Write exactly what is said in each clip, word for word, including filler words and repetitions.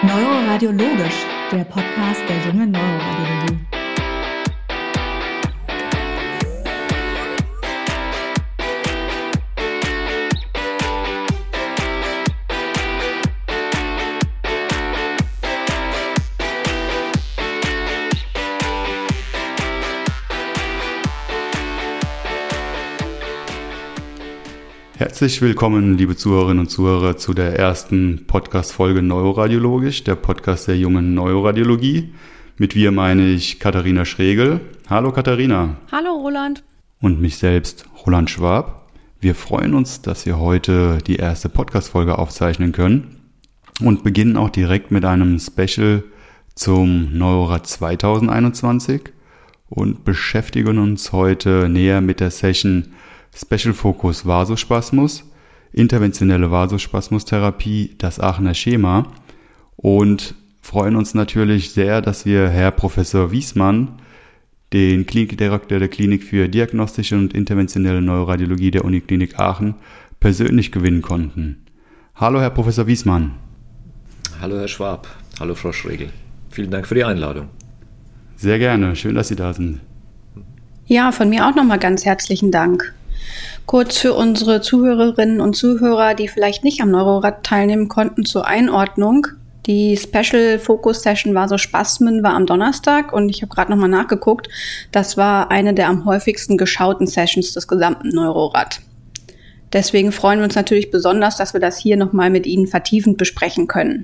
Neuroradiologisch, der Podcast der jungen Neuroradiologie. Herzlich willkommen, liebe Zuhörerinnen und Zuhörer, zu der ersten Podcast-Folge Neuroradiologisch, der Podcast der jungen Neuroradiologie. Mit wir meine ich Katharina Schregel. Hallo Katharina. Hallo Roland. Und mich selbst, Roland Schwab. Wir freuen uns, dass wir heute die erste Podcast-Folge aufzeichnen können und beginnen auch direkt mit einem Special zum Neurorad zwanzig einundzwanzig und beschäftigen uns heute näher mit der Session Special Focus Vasospasmus, interventionelle Vasospasmustherapie, das Aachener Schema, und freuen uns natürlich sehr, dass wir Herr Professor Wiesmann, den Klinikdirektor der Klinik für diagnostische und interventionelle Neuroradiologie der Uniklinik Aachen, persönlich gewinnen konnten. Hallo Herr Professor Wiesmann. Hallo Herr Schwab, hallo Frau Schregel. Vielen Dank für die Einladung. Sehr gerne, schön, dass Sie da sind. Ja, von mir auch nochmal ganz herzlichen Dank. Kurz für unsere Zuhörerinnen und Zuhörer, die vielleicht nicht am Neurorad teilnehmen konnten, zur Einordnung. Die Special Focus Session Vasospasmen war am Donnerstag und ich habe gerade nochmal nachgeguckt. Das war eine der am häufigsten geschauten Sessions des gesamten Neurorad. Deswegen freuen wir uns natürlich besonders, dass wir das hier nochmal mit Ihnen vertiefend besprechen können.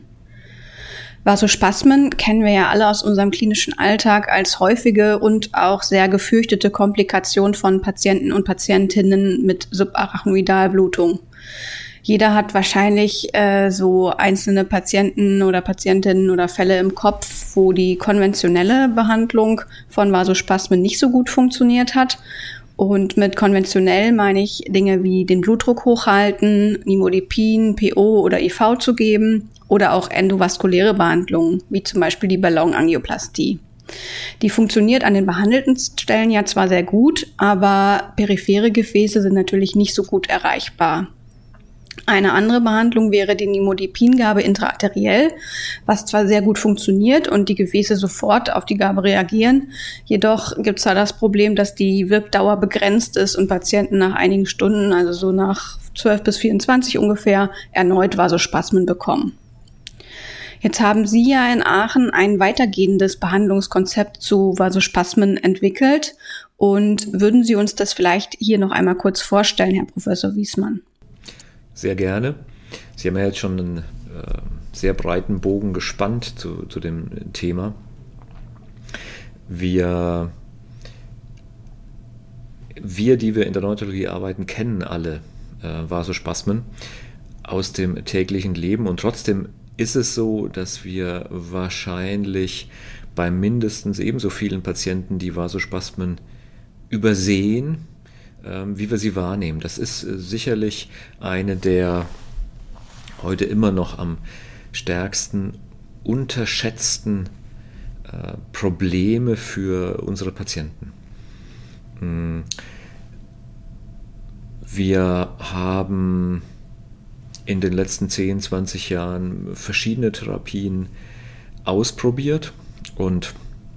Vasospasmen kennen wir ja alle aus unserem klinischen Alltag als häufige und auch sehr gefürchtete Komplikation von Patienten und Patientinnen mit Subarachnoidalblutung. Jeder hat wahrscheinlich äh, so einzelne Patienten oder Patientinnen oder Fälle im Kopf, wo die konventionelle Behandlung von Vasospasmen nicht so gut funktioniert hat. Und mit konventionell meine ich Dinge wie den Blutdruck hochhalten, Nimodipin, P O oder I V zu geben oder auch endovaskuläre Behandlungen, wie zum Beispiel die Ballonangioplastie. Die funktioniert an den behandelten Stellen ja zwar sehr gut, aber periphere Gefäße sind natürlich nicht so gut erreichbar. Eine andere Behandlung wäre die Nimodipingabe intraarteriell, was zwar sehr gut funktioniert und die Gefäße sofort auf die Gabe reagieren, jedoch gibt es da das Problem, dass die Wirkdauer begrenzt ist und Patienten nach einigen Stunden, also so nach zwölf bis vierundzwanzig ungefähr, erneut Vasospasmen bekommen. Jetzt haben Sie ja in Aachen ein weitergehendes Behandlungskonzept zu Vasospasmen entwickelt und würden Sie uns das vielleicht hier noch einmal kurz vorstellen, Herr Professor Wiesmann? Sehr gerne. Sie haben ja jetzt schon einen äh, sehr breiten Bogen gespannt zu, zu dem Thema. Wir, wir, die wir in der Neurologie arbeiten, kennen alle äh, Vasospasmen aus dem täglichen Leben, und trotzdem ist es so, dass wir wahrscheinlich bei mindestens ebenso vielen Patienten die Vasospasmen übersehen, wie wir sie wahrnehmen. Das ist sicherlich eine der heute immer noch am stärksten unterschätzten äh, Probleme für unsere Patienten. Wir haben in den letzten zehn, zwanzig Jahren verschiedene Therapien ausprobiert und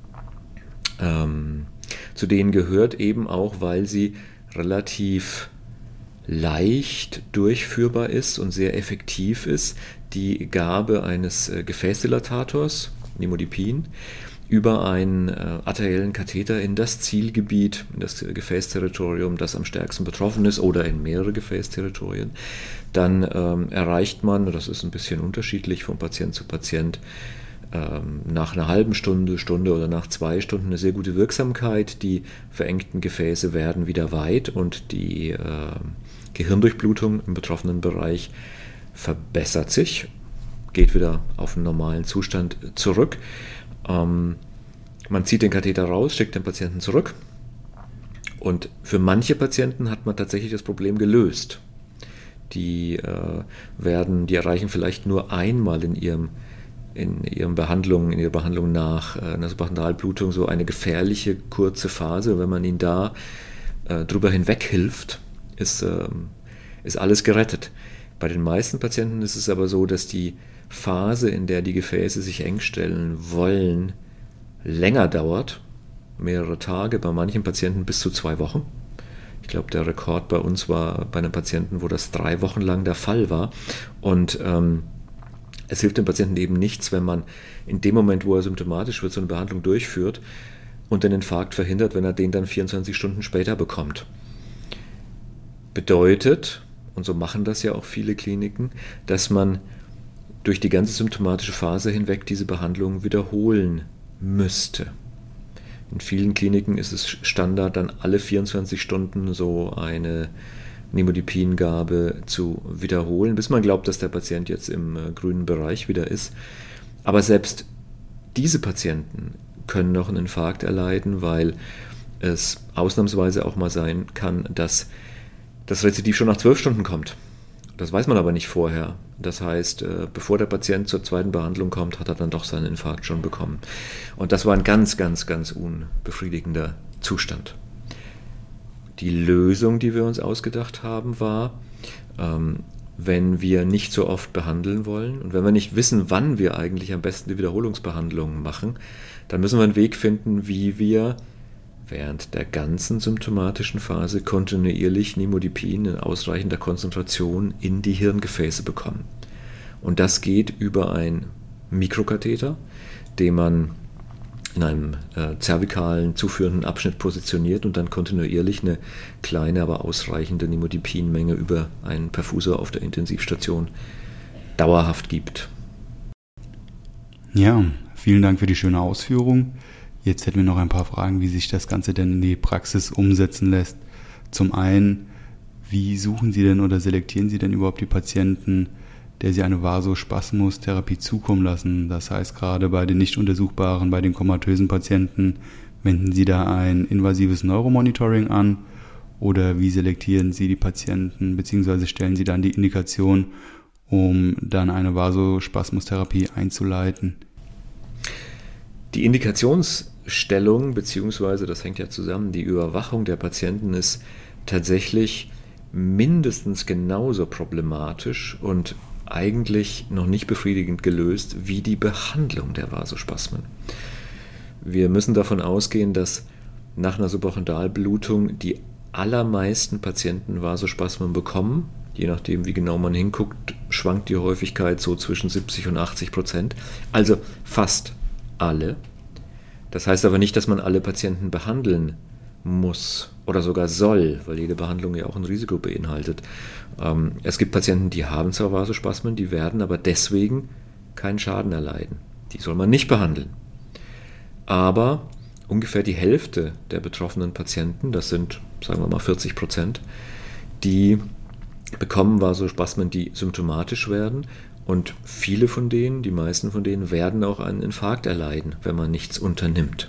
ähm, zu denen gehört eben auch, weil sie relativ leicht durchführbar ist und sehr effektiv ist, die Gabe eines äh, Gefäßdilatators, Nimodipin, über einen äh, arteriellen Katheter in das Zielgebiet, in das Gefäßterritorium, das am stärksten betroffen ist, oder in mehrere Gefäßterritorien. Dann ähm, erreicht man, das ist ein bisschen unterschiedlich von Patient zu Patient, nach einer halben Stunde, Stunde oder nach zwei Stunden eine sehr gute Wirksamkeit. Die verengten Gefäße werden wieder weit und die äh, Gehirndurchblutung im betroffenen Bereich verbessert sich, geht wieder auf den normalen Zustand zurück. Ähm, man zieht den Katheter raus, schickt den Patienten zurück, und für manche Patienten hat man tatsächlich das Problem gelöst. Die äh, werden, die erreichen vielleicht nur einmal in ihrem in ihren Behandlungen, in ihrer Behandlung nach einer Subarachnoidalblutung so eine gefährliche kurze Phase. Wenn man ihnen da äh, drüber hinweg hilft, ist, äh, ist alles gerettet. Bei den meisten Patienten ist es aber so, dass die Phase, in der die Gefäße sich engstellen wollen, länger dauert, mehrere Tage, bei manchen Patienten bis zu zwei Wochen. Ich glaube, der Rekord bei uns war bei einem Patienten, wo das drei Wochen lang der Fall war. Und ähm, es hilft dem Patienten eben nichts, wenn man in dem Moment, wo er symptomatisch wird, so eine Behandlung durchführt und den Infarkt verhindert, wenn er den dann vierundzwanzig Stunden später bekommt. Bedeutet, und so machen das ja auch viele Kliniken, dass man durch die ganze symptomatische Phase hinweg diese Behandlung wiederholen müsste. In vielen Kliniken ist es Standard, dann alle vierundzwanzig Stunden so eine Nimodipin-Gabe zu wiederholen, bis man glaubt, dass der Patient jetzt im äh, grünen Bereich wieder ist. Aber selbst diese Patienten können noch einen Infarkt erleiden, weil es ausnahmsweise auch mal sein kann, dass das Rezidiv schon nach zwölf Stunden kommt. Das weiß man aber nicht vorher. Das heißt, bevor der Patient zur zweiten Behandlung kommt, hat er dann doch seinen Infarkt schon bekommen. Und das war ein ganz, ganz, ganz unbefriedigender Zustand. Die Lösung, die wir uns ausgedacht haben, war, ähm, wenn wir nicht so oft behandeln wollen und wenn wir nicht wissen, wann wir eigentlich am besten die Wiederholungsbehandlungen machen, dann müssen wir einen Weg finden, wie wir während der ganzen symptomatischen Phase kontinuierlich Nimodipin in ausreichender Konzentration in die Hirngefäße bekommen. Und das geht über einen Mikrokatheter, den man in einem äh, zervikalen zuführenden Abschnitt positioniert und dann kontinuierlich eine kleine, aber ausreichende Nimodipinmenge über einen Perfusor auf der Intensivstation dauerhaft gibt. Ja, vielen Dank für die schöne Ausführung. Jetzt hätten wir noch ein paar Fragen, wie sich das Ganze denn in die Praxis umsetzen lässt. Zum einen, wie suchen Sie denn oder selektieren Sie denn überhaupt die Patienten, der Sie eine Vasospasmustherapie zukommen lassen? Das heißt, gerade bei den nicht untersuchbaren, bei den komatösen Patienten, wenden Sie da ein invasives Neuromonitoring an oder wie selektieren Sie die Patienten, beziehungsweise stellen Sie dann die Indikation, um dann eine Vasospasmustherapie einzuleiten? Die Indikationsstellung, beziehungsweise das hängt ja zusammen, die Überwachung der Patienten ist tatsächlich mindestens genauso problematisch und eigentlich noch nicht befriedigend gelöst wie die Behandlung der Vasospasmen. Wir müssen davon ausgehen, dass nach einer Subarachnoidalblutung die allermeisten Patienten Vasospasmen bekommen. Je nachdem, wie genau man hinguckt, schwankt die Häufigkeit so zwischen siebzig und achtzig Prozent. Also fast alle. Das heißt aber nicht, dass man alle Patienten behandeln muss oder sogar soll, weil jede Behandlung ja auch ein Risiko beinhaltet. Ähm, es gibt Patienten, die haben zwar Vasospasmen, die werden aber deswegen keinen Schaden erleiden. Die soll man nicht behandeln. Aber ungefähr die Hälfte der betroffenen Patienten, das sind, sagen wir mal, vierzig Prozent, die bekommen Vasospasmen, die symptomatisch werden. Und viele von denen, die meisten von denen, werden auch einen Infarkt erleiden, wenn man nichts unternimmt.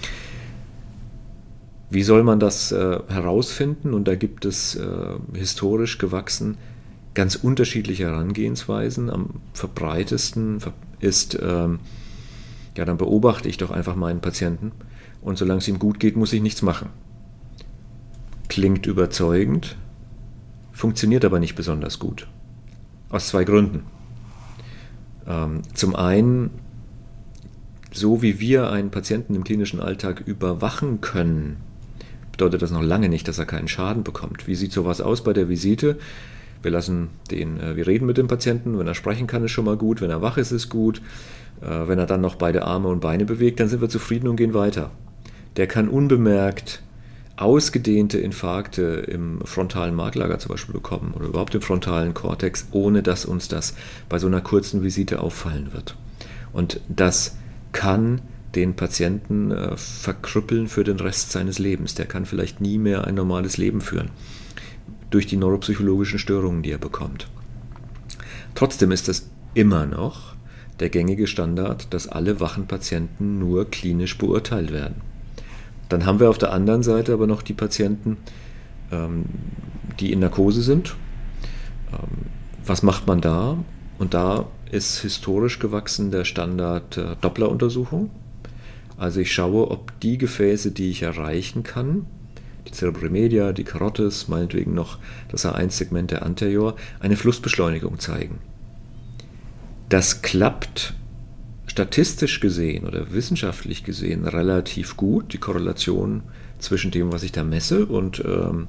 Wie soll man das äh, herausfinden? Und da gibt es äh, historisch gewachsen ganz unterschiedliche Herangehensweisen. Am verbreitesten ist, ähm, ja, dann beobachte ich doch einfach meinen Patienten und solange es ihm gut geht, muss ich nichts machen. Klingt überzeugend, funktioniert aber nicht besonders gut. Aus zwei Gründen. Ähm, zum einen, so wie wir einen Patienten im klinischen Alltag überwachen können, bedeutet das noch lange nicht, dass er keinen Schaden bekommt. Wie sieht sowas aus bei der Visite? Wir lassen den, äh, wir reden mit dem Patienten, wenn er sprechen kann, ist schon mal gut, wenn er wach ist, ist gut. Äh, wenn er dann noch beide Arme und Beine bewegt, dann sind wir zufrieden und gehen weiter. Der kann unbemerkt ausgedehnte Infarkte im frontalen Marklager zum Beispiel bekommen oder überhaupt im frontalen Kortex, ohne dass uns das bei so einer kurzen Visite auffallen wird. Und das kann den Patienten äh, verkrüppeln für den Rest seines Lebens. Der kann vielleicht nie mehr ein normales Leben führen, durch die neuropsychologischen Störungen, die er bekommt. Trotzdem ist es immer noch der gängige Standard, dass alle wachen Patienten nur klinisch beurteilt werden. Dann haben wir auf der anderen Seite aber noch die Patienten, ähm, die in Narkose sind. Ähm, was macht man da? Und da ist historisch gewachsen der Standard äh, Doppleruntersuchung. Also ich schaue, ob die Gefäße, die ich erreichen kann, die Cerebri media, die Carotis, meinetwegen noch das A eins Segment der Anterior, eine Flussbeschleunigung zeigen. Das klappt statistisch gesehen oder wissenschaftlich gesehen relativ gut, die Korrelation zwischen dem, was ich da messe und ähm,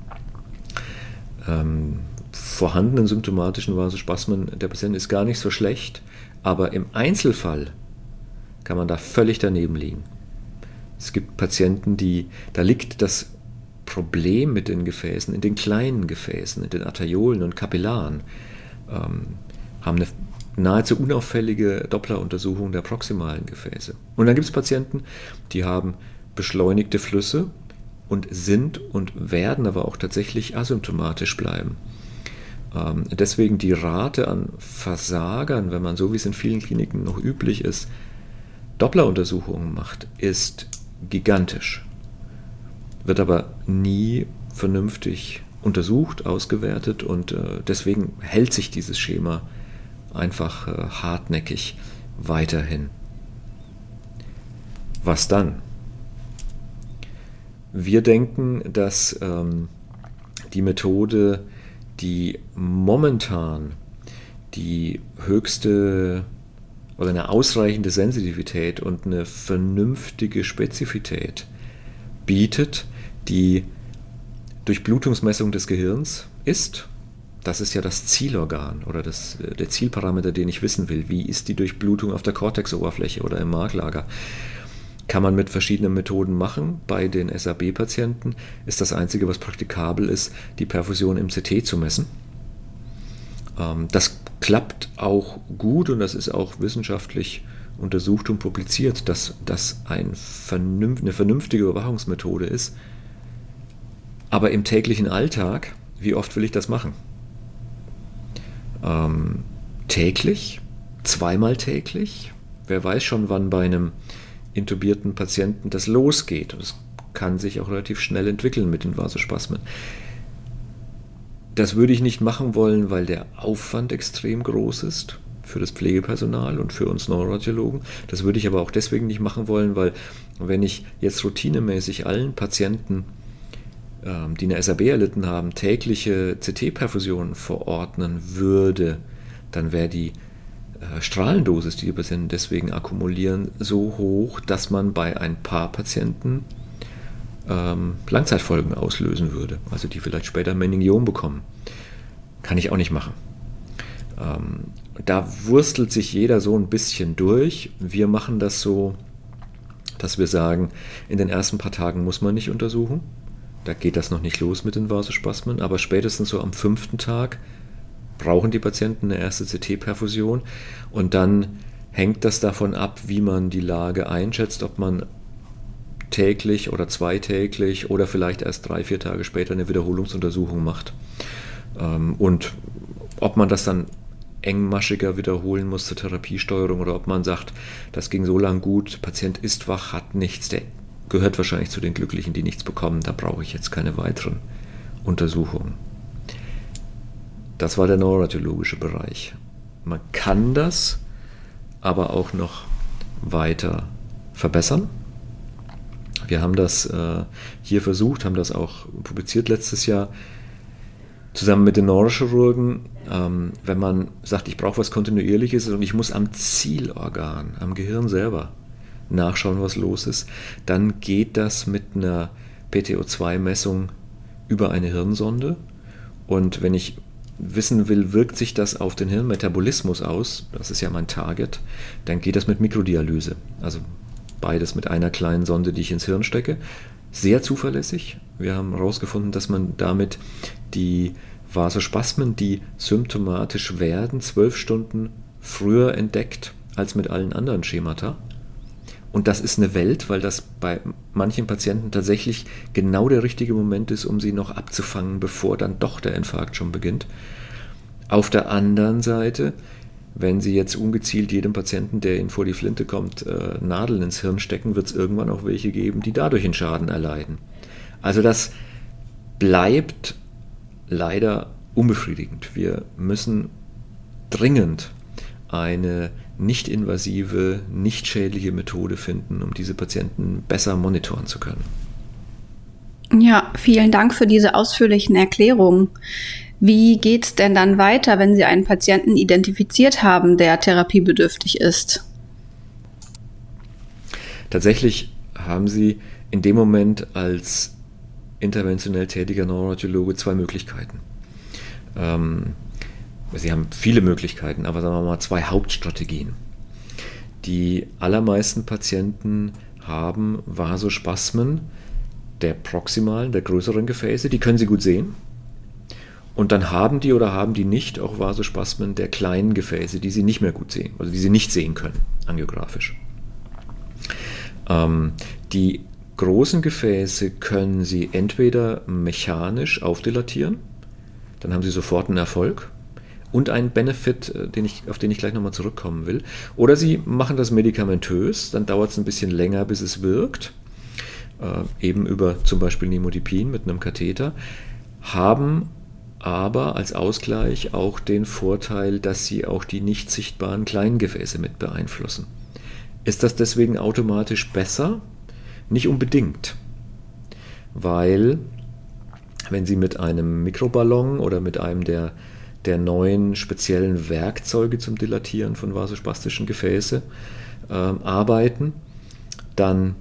ähm, vorhandenen symptomatischen Vasospasmen der Patienten ist gar nicht so schlecht, aber im Einzelfall kann man da völlig daneben liegen. Es gibt Patienten, die, da liegt das Problem mit den Gefäßen in den kleinen Gefäßen, in den Arteriolen und Kapillaren, ähm, haben eine nahezu unauffällige Doppleruntersuchung der proximalen Gefäße. Und dann gibt es Patienten, die haben beschleunigte Flüsse und sind und werden aber auch tatsächlich asymptomatisch bleiben. Ähm, deswegen die Rate an Versagern, wenn man so wie es in vielen Kliniken noch üblich ist, Doppleruntersuchungen macht, ist gigantisch. Wird aber nie vernünftig untersucht, ausgewertet und äh, deswegen hält sich dieses Schema einfach äh, hartnäckig weiterhin. Was dann? Wir denken, dass ähm, die Methode, die momentan die höchste oder eine ausreichende Sensitivität und eine vernünftige Spezifität bietet, die Durchblutungsmessung des Gehirns ist. Das ist ja das Zielorgan oder das, der Zielparameter, den ich wissen will. Wie ist die Durchblutung auf der Cortex-Oberfläche oder im Marklager? Kann man mit verschiedenen Methoden machen. Bei den S A B-Patienten ist das Einzige, was praktikabel ist, die Perfusion im C T zu messen. Ähm, das klappt auch gut und das ist auch wissenschaftlich untersucht und publiziert, dass das ein vernünft, eine vernünftige Überwachungsmethode ist. Aber im täglichen Alltag, wie oft will ich das machen? Ähm, täglich? Zweimal täglich? Wer weiß schon, wann bei einem intubierten Patienten das losgeht. Und das kann sich auch relativ schnell entwickeln mit den Vasospasmen. Das würde ich nicht machen wollen, weil der Aufwand extrem groß ist für das Pflegepersonal und für uns Neuroradiologen. Das würde ich aber auch deswegen nicht machen wollen, weil wenn ich jetzt routinemäßig allen Patienten, die eine S A B erlitten haben, tägliche C T-Perfusionen verordnen würde, dann wäre die Strahlendosis, die die Patienten deswegen akkumulieren, so hoch, dass man bei ein paar Patienten ähm, Langzeitfolgen auslösen würde, also die vielleicht später Meningiom bekommen. Kann ich auch nicht machen. Ähm, da wurstelt sich jeder so ein bisschen durch. Wir machen das so, dass wir sagen, in den ersten paar Tagen muss man nicht untersuchen. Da geht das noch nicht los mit den Vasospasmen, aber spätestens so am fünften Tag brauchen die Patienten eine erste C T-Perfusion und dann hängt das davon ab, wie man die Lage einschätzt, ob man täglich oder zweitäglich oder vielleicht erst drei, vier Tage später eine Wiederholungsuntersuchung macht. Und ob man das dann engmaschiger wiederholen muss zur Therapiesteuerung oder ob man sagt, das ging so lang gut, der Patient ist wach, hat nichts, der gehört wahrscheinlich zu den Glücklichen, die nichts bekommen, da brauche ich jetzt keine weiteren Untersuchungen. Das war der neuroradiologische Bereich. Man kann das aber auch noch weiter verbessern. Wir haben das äh, hier versucht, haben das auch publiziert letztes Jahr, zusammen mit den Neurochirurgen. Ähm, wenn man sagt, ich brauche was Kontinuierliches und ich muss am Zielorgan, am Gehirn selber nachschauen, was los ist, dann geht das mit einer P T O zwei Messung über eine Hirnsonde. Und wenn ich wissen will, wirkt sich das auf den Hirnmetabolismus aus, das ist ja mein Target, dann geht das mit Mikrodialyse. Also beides mit einer kleinen Sonde, die ich ins Hirn stecke. Sehr zuverlässig. Wir haben herausgefunden, dass man damit die Vasospasmen, die symptomatisch werden, zwölf Stunden früher entdeckt als mit allen anderen Schemata. Und das ist eine Welt, weil das bei manchen Patienten tatsächlich genau der richtige Moment ist, um sie noch abzufangen, bevor dann doch der Infarkt schon beginnt. Auf der anderen Seite, wenn Sie jetzt ungezielt jedem Patienten, der Ihnen vor die Flinte kommt, äh, Nadeln ins Hirn stecken, wird es irgendwann auch welche geben, die dadurch einen Schaden erleiden. Also das bleibt leider unbefriedigend. Wir müssen dringend eine nicht invasive, nicht schädliche Methode finden, um diese Patienten besser monitoren zu können. Ja, vielen Dank für diese ausführlichen Erklärungen. Wie geht's denn dann weiter, wenn Sie einen Patienten identifiziert haben, der therapiebedürftig ist? Tatsächlich haben Sie in dem Moment als interventionell tätiger Neuroradiologe zwei Möglichkeiten. Ähm, Sie haben viele Möglichkeiten, aber sagen wir mal zwei Hauptstrategien. Die allermeisten Patienten haben Vasospasmen der proximalen, der größeren Gefäße, die können Sie gut sehen. Und dann haben die oder haben die nicht auch Vasospasmen der kleinen Gefäße, die Sie nicht mehr gut sehen, also die Sie nicht sehen können, angiografisch. Ähm, die großen Gefäße können Sie entweder mechanisch aufdilatieren, dann haben Sie sofort einen Erfolg und einen Benefit, den ich, auf den ich gleich nochmal zurückkommen will. Oder Sie machen das medikamentös, dann dauert es ein bisschen länger, bis es wirkt, äh, eben über zum Beispiel Nimodipin mit einem Katheter, haben aber als Ausgleich auch den Vorteil, dass Sie auch die nicht sichtbaren kleinen Gefäße mit beeinflussen. Ist das deswegen automatisch besser? Nicht unbedingt, weil wenn Sie mit einem Mikroballon oder mit einem der, der neuen speziellen Werkzeuge zum Dilatieren von vasospastischen Gefäße äh, arbeiten, dann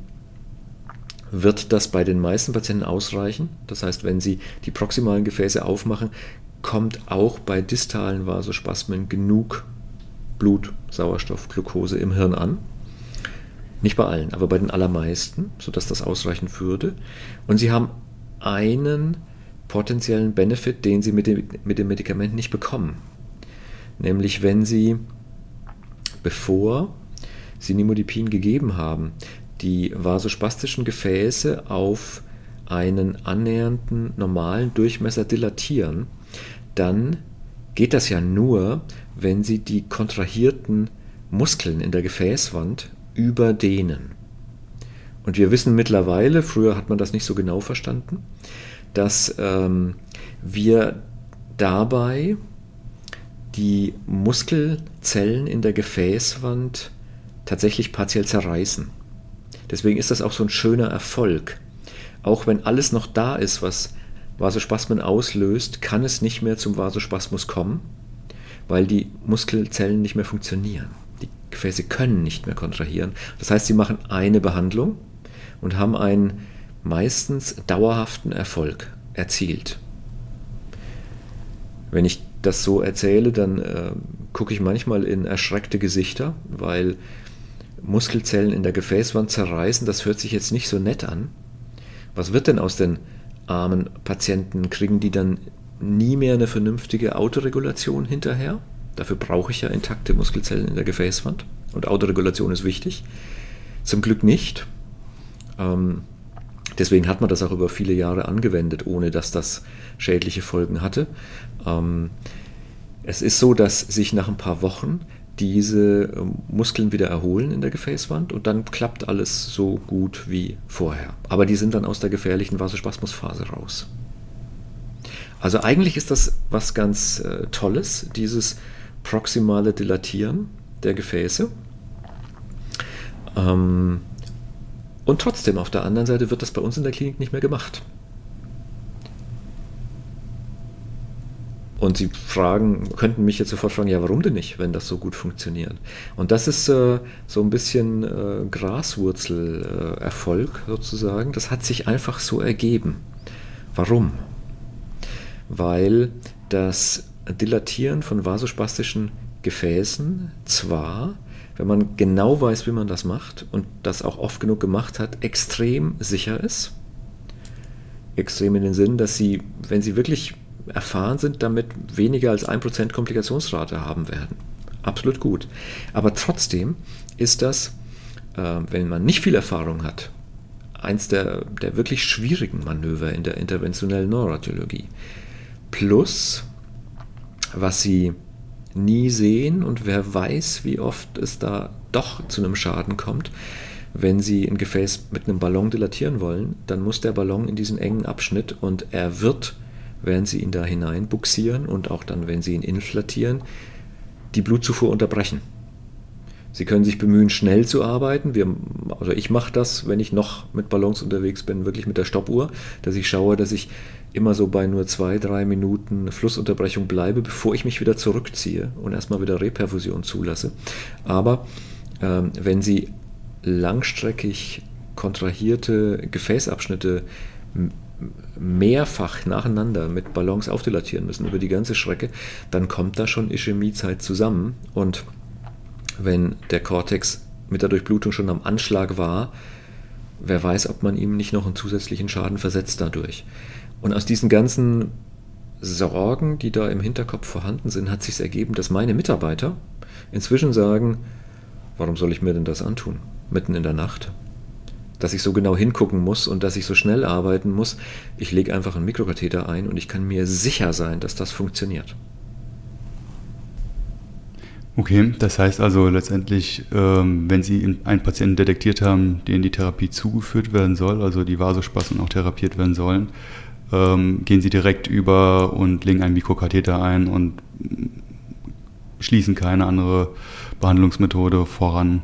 wird das bei den meisten Patienten ausreichen. Das heißt, wenn Sie die proximalen Gefäße aufmachen, kommt auch bei distalen Vasospasmen genug Blut, Sauerstoff, Glucose im Hirn an. Nicht bei allen, aber bei den allermeisten, sodass das ausreichen würde. Und Sie haben einen potenziellen Benefit, den Sie mit dem, mit dem Medikament nicht bekommen. Nämlich wenn Sie, bevor Sie Nimodipin gegeben haben, die vasospastischen Gefäße auf einen annähernden normalen Durchmesser dilatieren, dann geht das ja nur, wenn Sie die kontrahierten Muskeln in der Gefäßwand überdehnen. Und wir wissen mittlerweile, früher hat man das nicht so genau verstanden, dass ähm, wir dabei die Muskelzellen in der Gefäßwand tatsächlich partiell zerreißen. Deswegen ist das auch so ein schöner Erfolg. Auch wenn alles noch da ist, was Vasospasmen auslöst, kann es nicht mehr zum Vasospasmus kommen, weil die Muskelzellen nicht mehr funktionieren. Die Gefäße können nicht mehr kontrahieren. Das heißt, sie machen eine Behandlung und haben einen meistens dauerhaften Erfolg erzielt. Wenn ich das so erzähle, dann äh, gucke ich manchmal in erschreckte Gesichter, weil Muskelzellen in der Gefäßwand zerreißen, das hört sich jetzt nicht so nett an. Was wird denn aus den armen Patienten? Kriegen die dann nie mehr eine vernünftige Autoregulation hinterher? Dafür brauche ich ja intakte Muskelzellen in der Gefäßwand und Autoregulation ist wichtig. Zum Glück nicht. Ähm, deswegen hat man das auch über viele Jahre angewendet, ohne dass das schädliche Folgen hatte. Ähm, es ist so, dass sich nach ein paar Wochen diese Muskeln wieder erholen in der Gefäßwand und dann klappt alles so gut wie vorher. Aber die sind dann aus der gefährlichen Vasospasmusphase raus. Also eigentlich ist das was ganz äh, Tolles, dieses proximale Dilatieren der Gefäße. Ähm, und trotzdem auf der anderen Seite wird das bei uns in der Klinik nicht mehr gemacht. Und Sie fragen, könnten mich jetzt sofort fragen, ja, warum denn nicht, wenn das so gut funktioniert? Und das ist äh, so ein bisschen äh, Graswurzelerfolg äh, sozusagen. Das hat sich einfach so ergeben. Warum? Weil das Dilatieren von vasospastischen Gefäßen zwar, wenn man genau weiß, wie man das macht und das auch oft genug gemacht hat, extrem sicher ist. Extrem in den Sinn, dass Sie, wenn Sie wirklich erfahren sind, damit weniger als ein Prozent Komplikationsrate haben werden. Absolut gut. Aber trotzdem ist das, äh, wenn man nicht viel Erfahrung hat, eins der, der wirklich schwierigen Manöver in der interventionellen Neuroradiologie. Plus, was Sie nie sehen und wer weiß, wie oft es da doch zu einem Schaden kommt, wenn Sie ein Gefäß mit einem Ballon dilatieren wollen, dann muss der Ballon in diesen engen Abschnitt und er wird, während Sie ihn da hinein buxieren und auch dann, wenn Sie ihn inflatieren, die Blutzufuhr unterbrechen. Sie können sich bemühen, schnell zu arbeiten. Wir, also ich mache das, wenn ich noch mit Ballons unterwegs bin, wirklich mit der Stoppuhr, dass ich schaue, dass ich immer so bei nur zwei, drei Minuten Flussunterbrechung bleibe, bevor ich mich wieder zurückziehe und erstmal wieder Reperfusion zulasse. Aber ähm, wenn Sie langstreckig kontrahierte Gefäßabschnitte mehrfach nacheinander mit Ballons aufdilatieren müssen über die ganze Strecke, dann kommt da schon Ischämiezeit zusammen. Und wenn der Cortex mit der Durchblutung schon am Anschlag war, wer weiß, ob man ihm nicht noch einen zusätzlichen Schaden versetzt dadurch. Und aus diesen ganzen Sorgen, die da im Hinterkopf vorhanden sind, hat sich ergeben, dass meine Mitarbeiter inzwischen sagen, warum soll ich mir denn das antun, mitten in der Nacht? Dass ich so genau hingucken muss und dass ich so schnell arbeiten muss. Ich lege einfach einen Mikrokatheter ein und ich kann mir sicher sein, dass das funktioniert. Okay, das heißt also letztendlich, ähm, wenn Sie einen Patienten detektiert haben, den die Therapie zugeführt werden soll, also die Vasospasmen auch therapiert werden sollen, ähm, gehen Sie direkt über und legen einen Mikrokatheter ein und schließen keine andere Behandlungsmethode voran.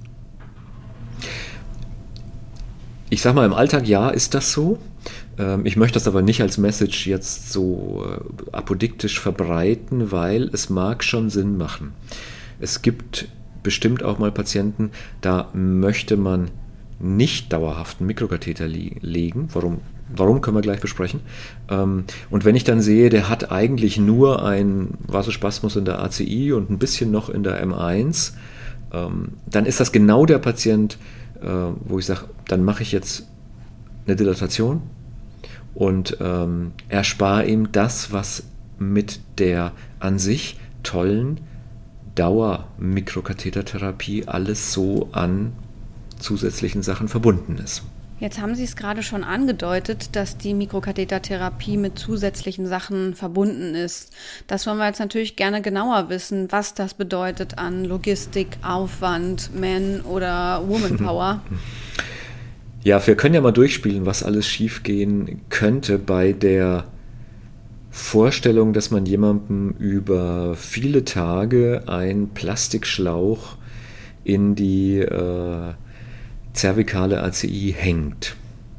Ich sag mal, im Alltag ja, ist das so. Ich möchte das aber nicht als Message jetzt so apodiktisch verbreiten, weil es mag schon Sinn machen. Es gibt bestimmt auch mal Patienten, da möchte man nicht dauerhaft einen Mikrokatheter legen. Warum? Warum können wir gleich besprechen. Und wenn ich dann sehe, der hat eigentlich nur einen Vasospasmus in der A C I und ein bisschen noch in der M eins, dann ist das genau der Patient, wo ich sage, dann mache ich jetzt eine Dilatation und ähm, erspare ihm das, was mit der an sich tollen Dauer-Mikrokathetertherapie alles so an zusätzlichen Sachen verbunden ist. Jetzt haben Sie es gerade schon angedeutet, dass die Mikrokathetertherapie mit zusätzlichen Sachen verbunden ist. Das wollen wir jetzt natürlich gerne genauer wissen, was das bedeutet an Logistik, Aufwand, Man- oder Womanpower. Ja, wir können ja mal durchspielen, was alles schiefgehen könnte bei der Vorstellung, dass man jemandem über viele Tage einen Plastikschlauch in die äh, zervikale A C I hängt.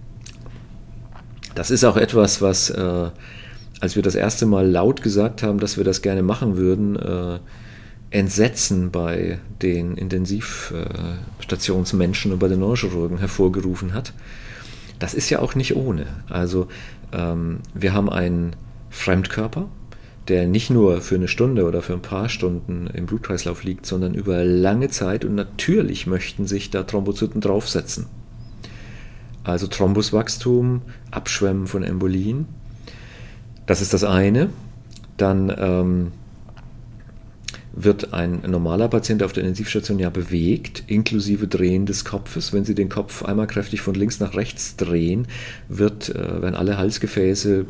Das ist auch etwas, was, äh, als wir das erste Mal laut gesagt haben, dass wir das gerne machen würden, äh, Entsetzen bei den Intensivstationsmenschen und bei den Neurochirurgen hervorgerufen hat. Das ist ja auch nicht ohne. Also ähm, wir haben einen Fremdkörper, der nicht nur für eine Stunde oder für ein paar Stunden im Blutkreislauf liegt, sondern über lange Zeit, und natürlich möchten sich da Thrombozyten draufsetzen. Also Thrombuswachstum, Abschwemmen von Embolien, das ist das eine. Dann ähm, wird ein normaler Patient auf der Intensivstation ja bewegt, inklusive Drehen des Kopfes. Wenn Sie den Kopf einmal kräftig von links nach rechts drehen, wird, äh, werden alle Halsgefäße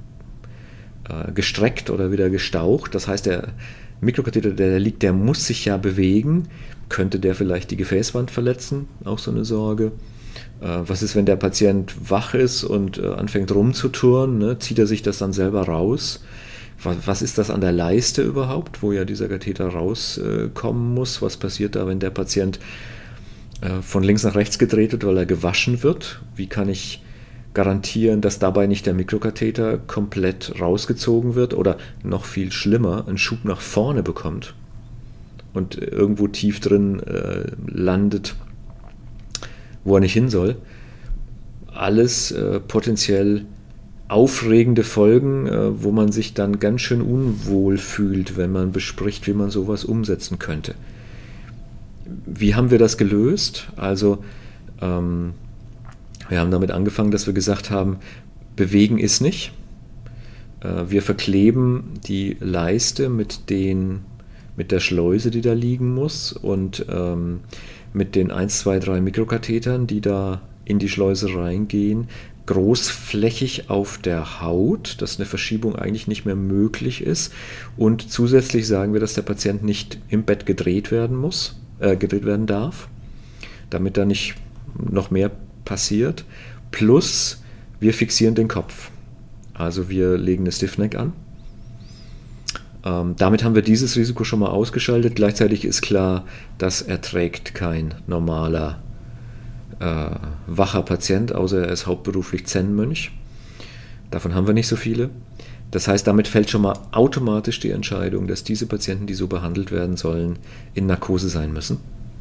gestreckt oder wieder gestaucht. Das heißt, der Mikrokatheter, der da liegt, der muss sich ja bewegen. Könnte der vielleicht die Gefäßwand verletzen? Auch so eine Sorge. Was ist, wenn der Patient wach ist und anfängt rumzuturnen? Ne? Zieht er sich das dann selber raus? Was ist das an der Leiste überhaupt, wo ja dieser Katheter rauskommen muss? Was passiert da, wenn der Patient von links nach rechts gedreht wird, weil er gewaschen wird? Wie kann ich garantieren, dass dabei nicht der Mikrokatheter komplett rausgezogen wird oder noch viel schlimmer, einen Schub nach vorne bekommt und irgendwo tief drin äh, landet, wo er nicht hin soll. Alles äh, potenziell aufregende Folgen, äh, wo man sich dann ganz schön unwohl fühlt, wenn man bespricht, wie man sowas umsetzen könnte. Wie haben wir das gelöst? Also ähm, wir haben damit angefangen, dass wir gesagt haben, bewegen ist nicht. Wir verkleben die Leiste mit, den, mit der Schleuse, die da liegen muss, und ähm, mit den eins, zwei, drei Mikrokathetern, die da in die Schleuse reingehen, großflächig auf der Haut, dass eine Verschiebung eigentlich nicht mehr möglich ist. Und zusätzlich sagen wir, dass der Patient nicht im Bett gedreht werden muss, äh, gedreht werden darf, damit da nicht noch mehr passiert, plus wir fixieren den Kopf. Also wir legen eine Stiffneck an. Ähm, damit haben wir dieses Risiko schon mal ausgeschaltet. Gleichzeitig ist klar, das erträgt kein normaler äh, wacher Patient, außer er ist hauptberuflich Zen-Mönch. Davon haben wir nicht so viele. Das heißt, damit fällt schon mal automatisch die Entscheidung, dass diese Patienten, die so behandelt werden sollen, in Narkose sein müssen.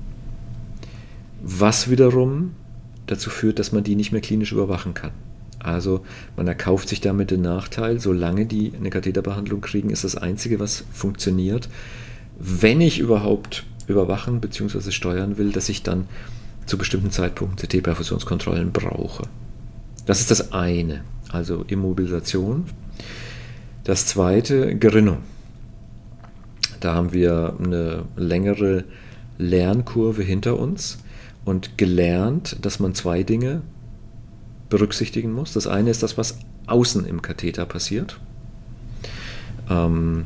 Was wiederum dazu führt, dass man die nicht mehr klinisch überwachen kann. Also man erkauft sich damit den Nachteil, solange die eine Katheterbehandlung kriegen, ist das Einzige, was funktioniert. Wenn ich überhaupt überwachen bzw. steuern will, dass ich dann zu bestimmten Zeitpunkten C T-Perfusionskontrollen brauche. Das ist das eine, also Immobilisation. Das zweite, Gerinnung. Da haben wir eine längere Lernkurve hinter uns und gelernt, dass man zwei Dinge berücksichtigen muss. Das eine ist das, was außen im Katheter passiert. Ähm,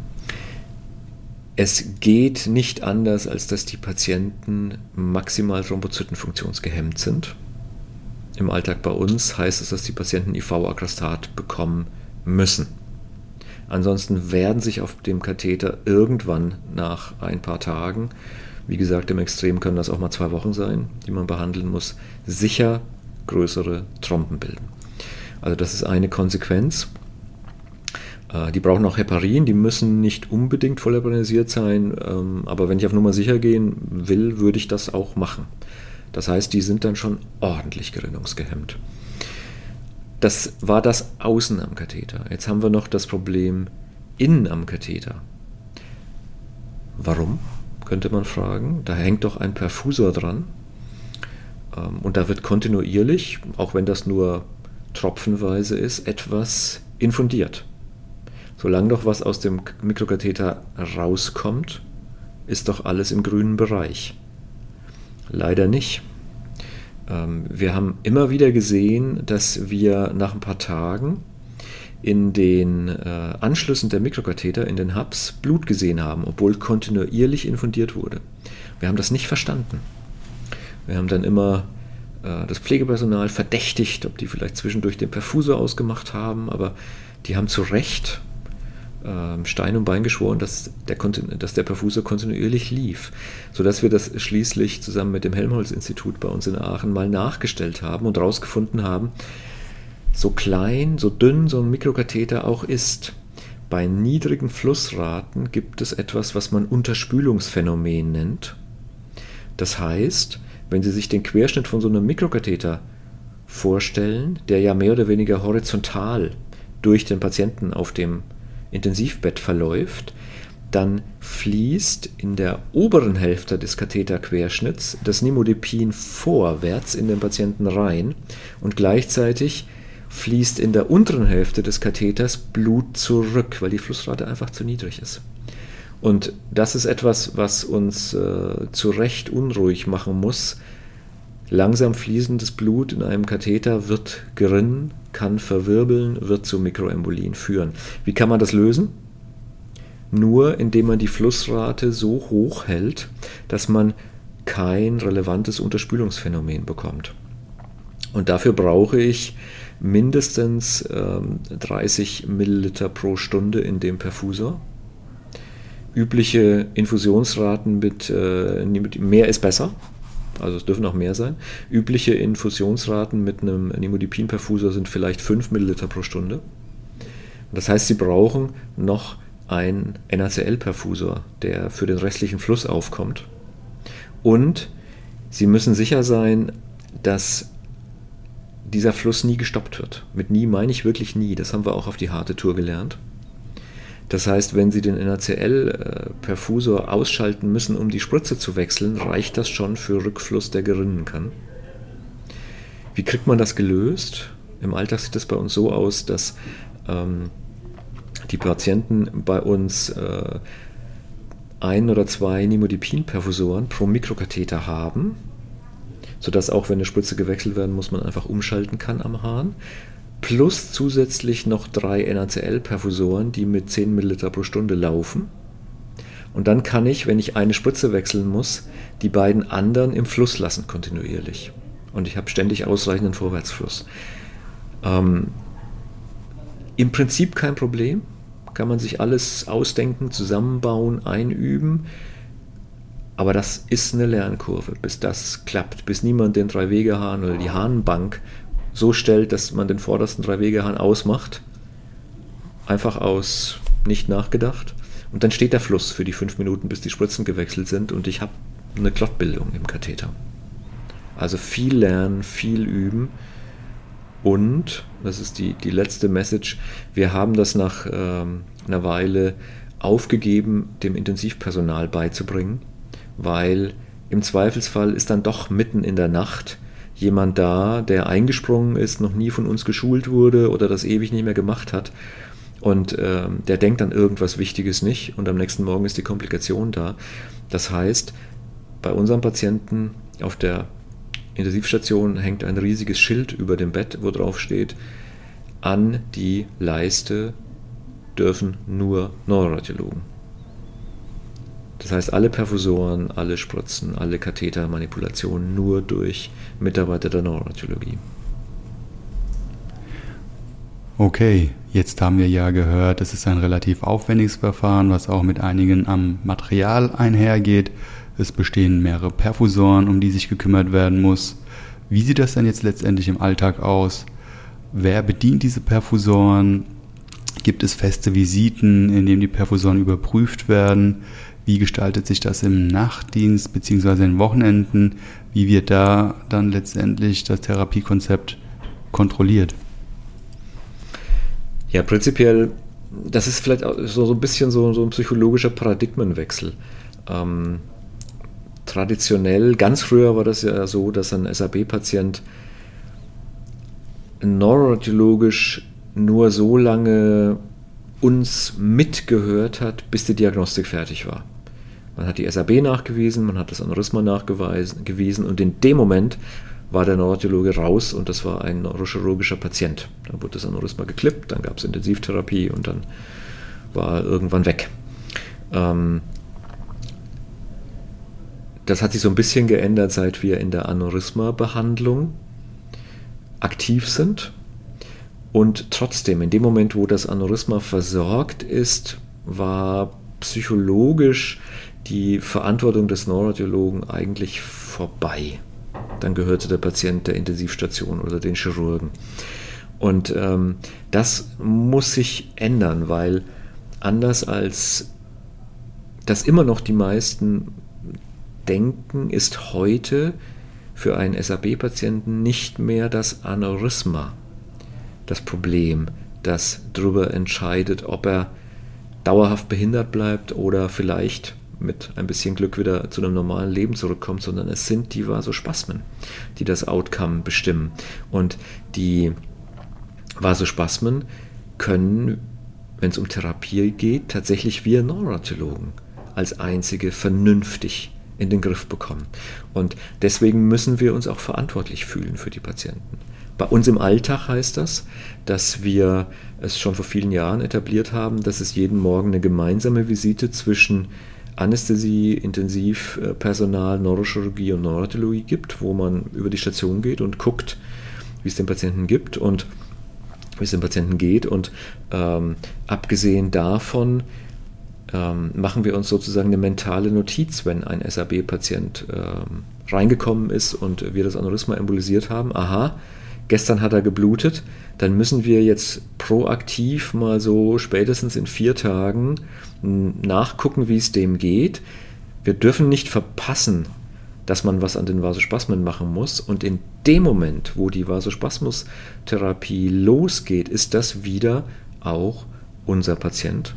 es geht nicht anders, als dass die Patienten maximal thrombozytenfunktionsgehemmt sind. Im Alltag bei uns heißt es, dass die Patienten I V-Agrastat bekommen müssen. Ansonsten werden sich auf dem Katheter irgendwann nach ein paar Tagen, wie gesagt, im Extrem können das auch mal zwei Wochen sein, die man behandeln muss, sicher größere Trompen bilden. Also das ist eine Konsequenz. Die brauchen auch Heparin, die müssen nicht unbedingt voll heparinisiert sein, aber wenn ich auf Nummer sicher gehen will, würde ich das auch machen. Das heißt, die sind dann schon ordentlich gerinnungsgehemmt. Das war das außen am Katheter. Jetzt haben wir noch das Problem innen am Katheter. Warum, könnte man fragen? Da hängt doch ein Perfusor dran. Und da wird kontinuierlich, auch wenn das nur tropfenweise ist, etwas infundiert. Solange doch was aus dem Mikrokatheter rauskommt, ist doch alles im grünen Bereich. Leider nicht. Wir haben immer wieder gesehen, dass wir nach ein paar Tagen in den Anschlüssen der Mikrokatheter, in den Hubs, Blut gesehen haben, obwohl kontinuierlich infundiert wurde. Wir haben das nicht verstanden. Wir haben dann immer äh, das Pflegepersonal verdächtigt, ob die vielleicht zwischendurch den Perfusor ausgemacht haben, aber die haben zu Recht äh, Stein und Bein geschworen, dass der, dass der Perfusor kontinuierlich lief, sodass wir das schließlich zusammen mit dem Helmholtz-Institut bei uns in Aachen mal nachgestellt haben und herausgefunden haben, so klein, so dünn so ein Mikrokatheter auch ist, bei niedrigen Flussraten gibt es etwas, was man Unterspülungsphänomen nennt. Das heißt, wenn Sie sich den Querschnitt von so einem Mikrokatheter vorstellen, der ja mehr oder weniger horizontal durch den Patienten auf dem Intensivbett verläuft, dann fließt in der oberen Hälfte des Katheterquerschnitts das Nimodipin vorwärts in den Patienten rein und gleichzeitig fließt in der unteren Hälfte des Katheters Blut zurück, weil die Flussrate einfach zu niedrig ist. Und das ist etwas, was uns äh, zu Recht unruhig machen muss. Langsam fließendes Blut in einem Katheter wird gerinnen, kann verwirbeln, wird zu Mikroembolien führen. Wie kann man das lösen? Nur indem man die Flussrate so hoch hält, dass man kein relevantes Unterspülungsphänomen bekommt. Und dafür brauche ich mindestens ähm, dreißig Milliliter pro Stunde in dem Perfusor. Übliche Infusionsraten mit, äh, mehr ist besser, also es dürfen auch mehr sein. Übliche Infusionsraten mit einem Nimodipin-Perfusor sind vielleicht fünf Milliliter pro Stunde. Das heißt, Sie brauchen noch einen N A C L-Perfusor, der für den restlichen Fluss aufkommt. Und Sie müssen sicher sein, dass dieser Fluss nie gestoppt wird. Mit nie meine ich wirklich nie, das haben wir auch auf die harte Tour gelernt. Das heißt, wenn Sie den N A C L-Perfusor ausschalten müssen, um die Spritze zu wechseln, reicht das schon für Rückfluss, der gerinnen kann. Wie kriegt man das gelöst? Im Alltag sieht das bei uns so aus, dass ähm, die Patienten bei uns äh, ein oder zwei Nimodipin-Perfusoren pro Mikrokatheter haben, sodass auch wenn eine Spritze gewechselt werden muss, man einfach umschalten kann am Hahn. Plus zusätzlich noch drei N A C L-Perfusoren, die mit zehn Milliliter pro Stunde laufen. Und dann kann ich, wenn ich eine Spritze wechseln muss, die beiden anderen im Fluss lassen, kontinuierlich. Und ich habe ständig ausreichenden Vorwärtsfluss. Ähm, Im Prinzip kein Problem. Kann man sich alles ausdenken, zusammenbauen, einüben. Aber das ist eine Lernkurve, bis das klappt, bis niemand den Drei-Wege-Hahn oder die Hahnbank so stellt, dass man den vordersten Drei-Wege-Hahn ausmacht einfach aus nicht nachgedacht. Und dann steht der Fluss für die fünf Minuten, bis die Spritzen gewechselt sind und ich habe eine Klottbildung im Katheter. Also viel lernen, viel üben und, das ist die, die letzte Message, wir haben das nach ähm, einer Weile aufgegeben, dem Intensivpersonal beizubringen, weil im Zweifelsfall ist dann doch mitten in der Nacht jemand da, der eingesprungen ist, noch nie von uns geschult wurde oder das ewig nicht mehr gemacht hat und ähm, der denkt an irgendwas Wichtiges nicht und am nächsten Morgen ist die Komplikation da. Das heißt, bei unserem Patienten auf der Intensivstation hängt ein riesiges Schild über dem Bett, wo drauf steht, an die Leiste dürfen nur Neuroradiologen. Das heißt, alle Perfusoren, alle Spritzen, alle Kathetermanipulationen nur durch Mitarbeiter der Neuroradiologie. Okay, jetzt haben wir ja gehört, es ist ein relativ aufwendiges Verfahren, was auch mit einigen am Material einhergeht. Es bestehen mehrere Perfusoren, um die sich gekümmert werden muss. Wie sieht das denn jetzt letztendlich im Alltag aus? Wer bedient diese Perfusoren? Gibt es feste Visiten, in denen die Perfusoren überprüft werden? Wie gestaltet sich das im Nachtdienst bzw. in Wochenenden? Wie wird da dann letztendlich das Therapiekonzept kontrolliert? Ja, prinzipiell, das ist vielleicht auch so, so ein bisschen so, so ein psychologischer Paradigmenwechsel. Ähm, traditionell, ganz früher war das ja so, dass ein S A B-Patient neuroradiologisch nur so lange uns mitgehört hat, bis die Diagnostik fertig war. Man hat die S A B nachgewiesen, man hat das Aneurysma nachgewiesen und in dem Moment war der Neuroradiologe raus und das war ein neurochirurgischer Patient. Dann wurde das Aneurysma geklippt, dann gab es Intensivtherapie und dann war er irgendwann weg. Ähm, das hat sich so ein bisschen geändert, seit wir in der Aneurysma-Behandlung aktiv sind. Und trotzdem, in dem Moment, wo das Aneurysma versorgt ist, war psychologisch die Verantwortung des Neuroradiologen eigentlich vorbei. Dann gehörte der Patient der Intensivstation oder den Chirurgen. Und ähm, das muss sich ändern, weil anders als das immer noch die meisten denken, ist heute für einen S A B-Patienten nicht mehr das Aneurysma das Problem, das darüber entscheidet, ob er dauerhaft behindert bleibt oder vielleicht mit ein bisschen Glück wieder zu einem normalen Leben zurückkommt, sondern es sind die Vasospasmen, die das Outcome bestimmen. Und die Vasospasmen können, wenn es um Therapie geht, tatsächlich wir Neuroradiologen als einzige vernünftig in den Griff bekommen. Und deswegen müssen wir uns auch verantwortlich fühlen für die Patienten. Bei uns im Alltag heißt das, dass wir es schon vor vielen Jahren etabliert haben, dass es jeden Morgen eine gemeinsame Visite zwischen Anästhesie, Intensivpersonal, Neurochirurgie und Neuroradiologie gibt, wo man über die Station geht und guckt, wie es dem Patienten gibt und wie es dem Patienten geht. Und ähm, abgesehen davon ähm, machen wir uns sozusagen eine mentale Notiz, wenn ein S A B-Patient ähm, reingekommen ist und wir das Aneurysma embolisiert haben. Aha, gestern hat er geblutet, dann müssen wir jetzt proaktiv mal so spätestens in vier Tagen nachgucken, wie es dem geht. Wir dürfen nicht verpassen, dass man was an den Vasospasmen machen muss. Und in dem Moment, wo die Vasospasmustherapie losgeht, ist das wieder auch unser Patient,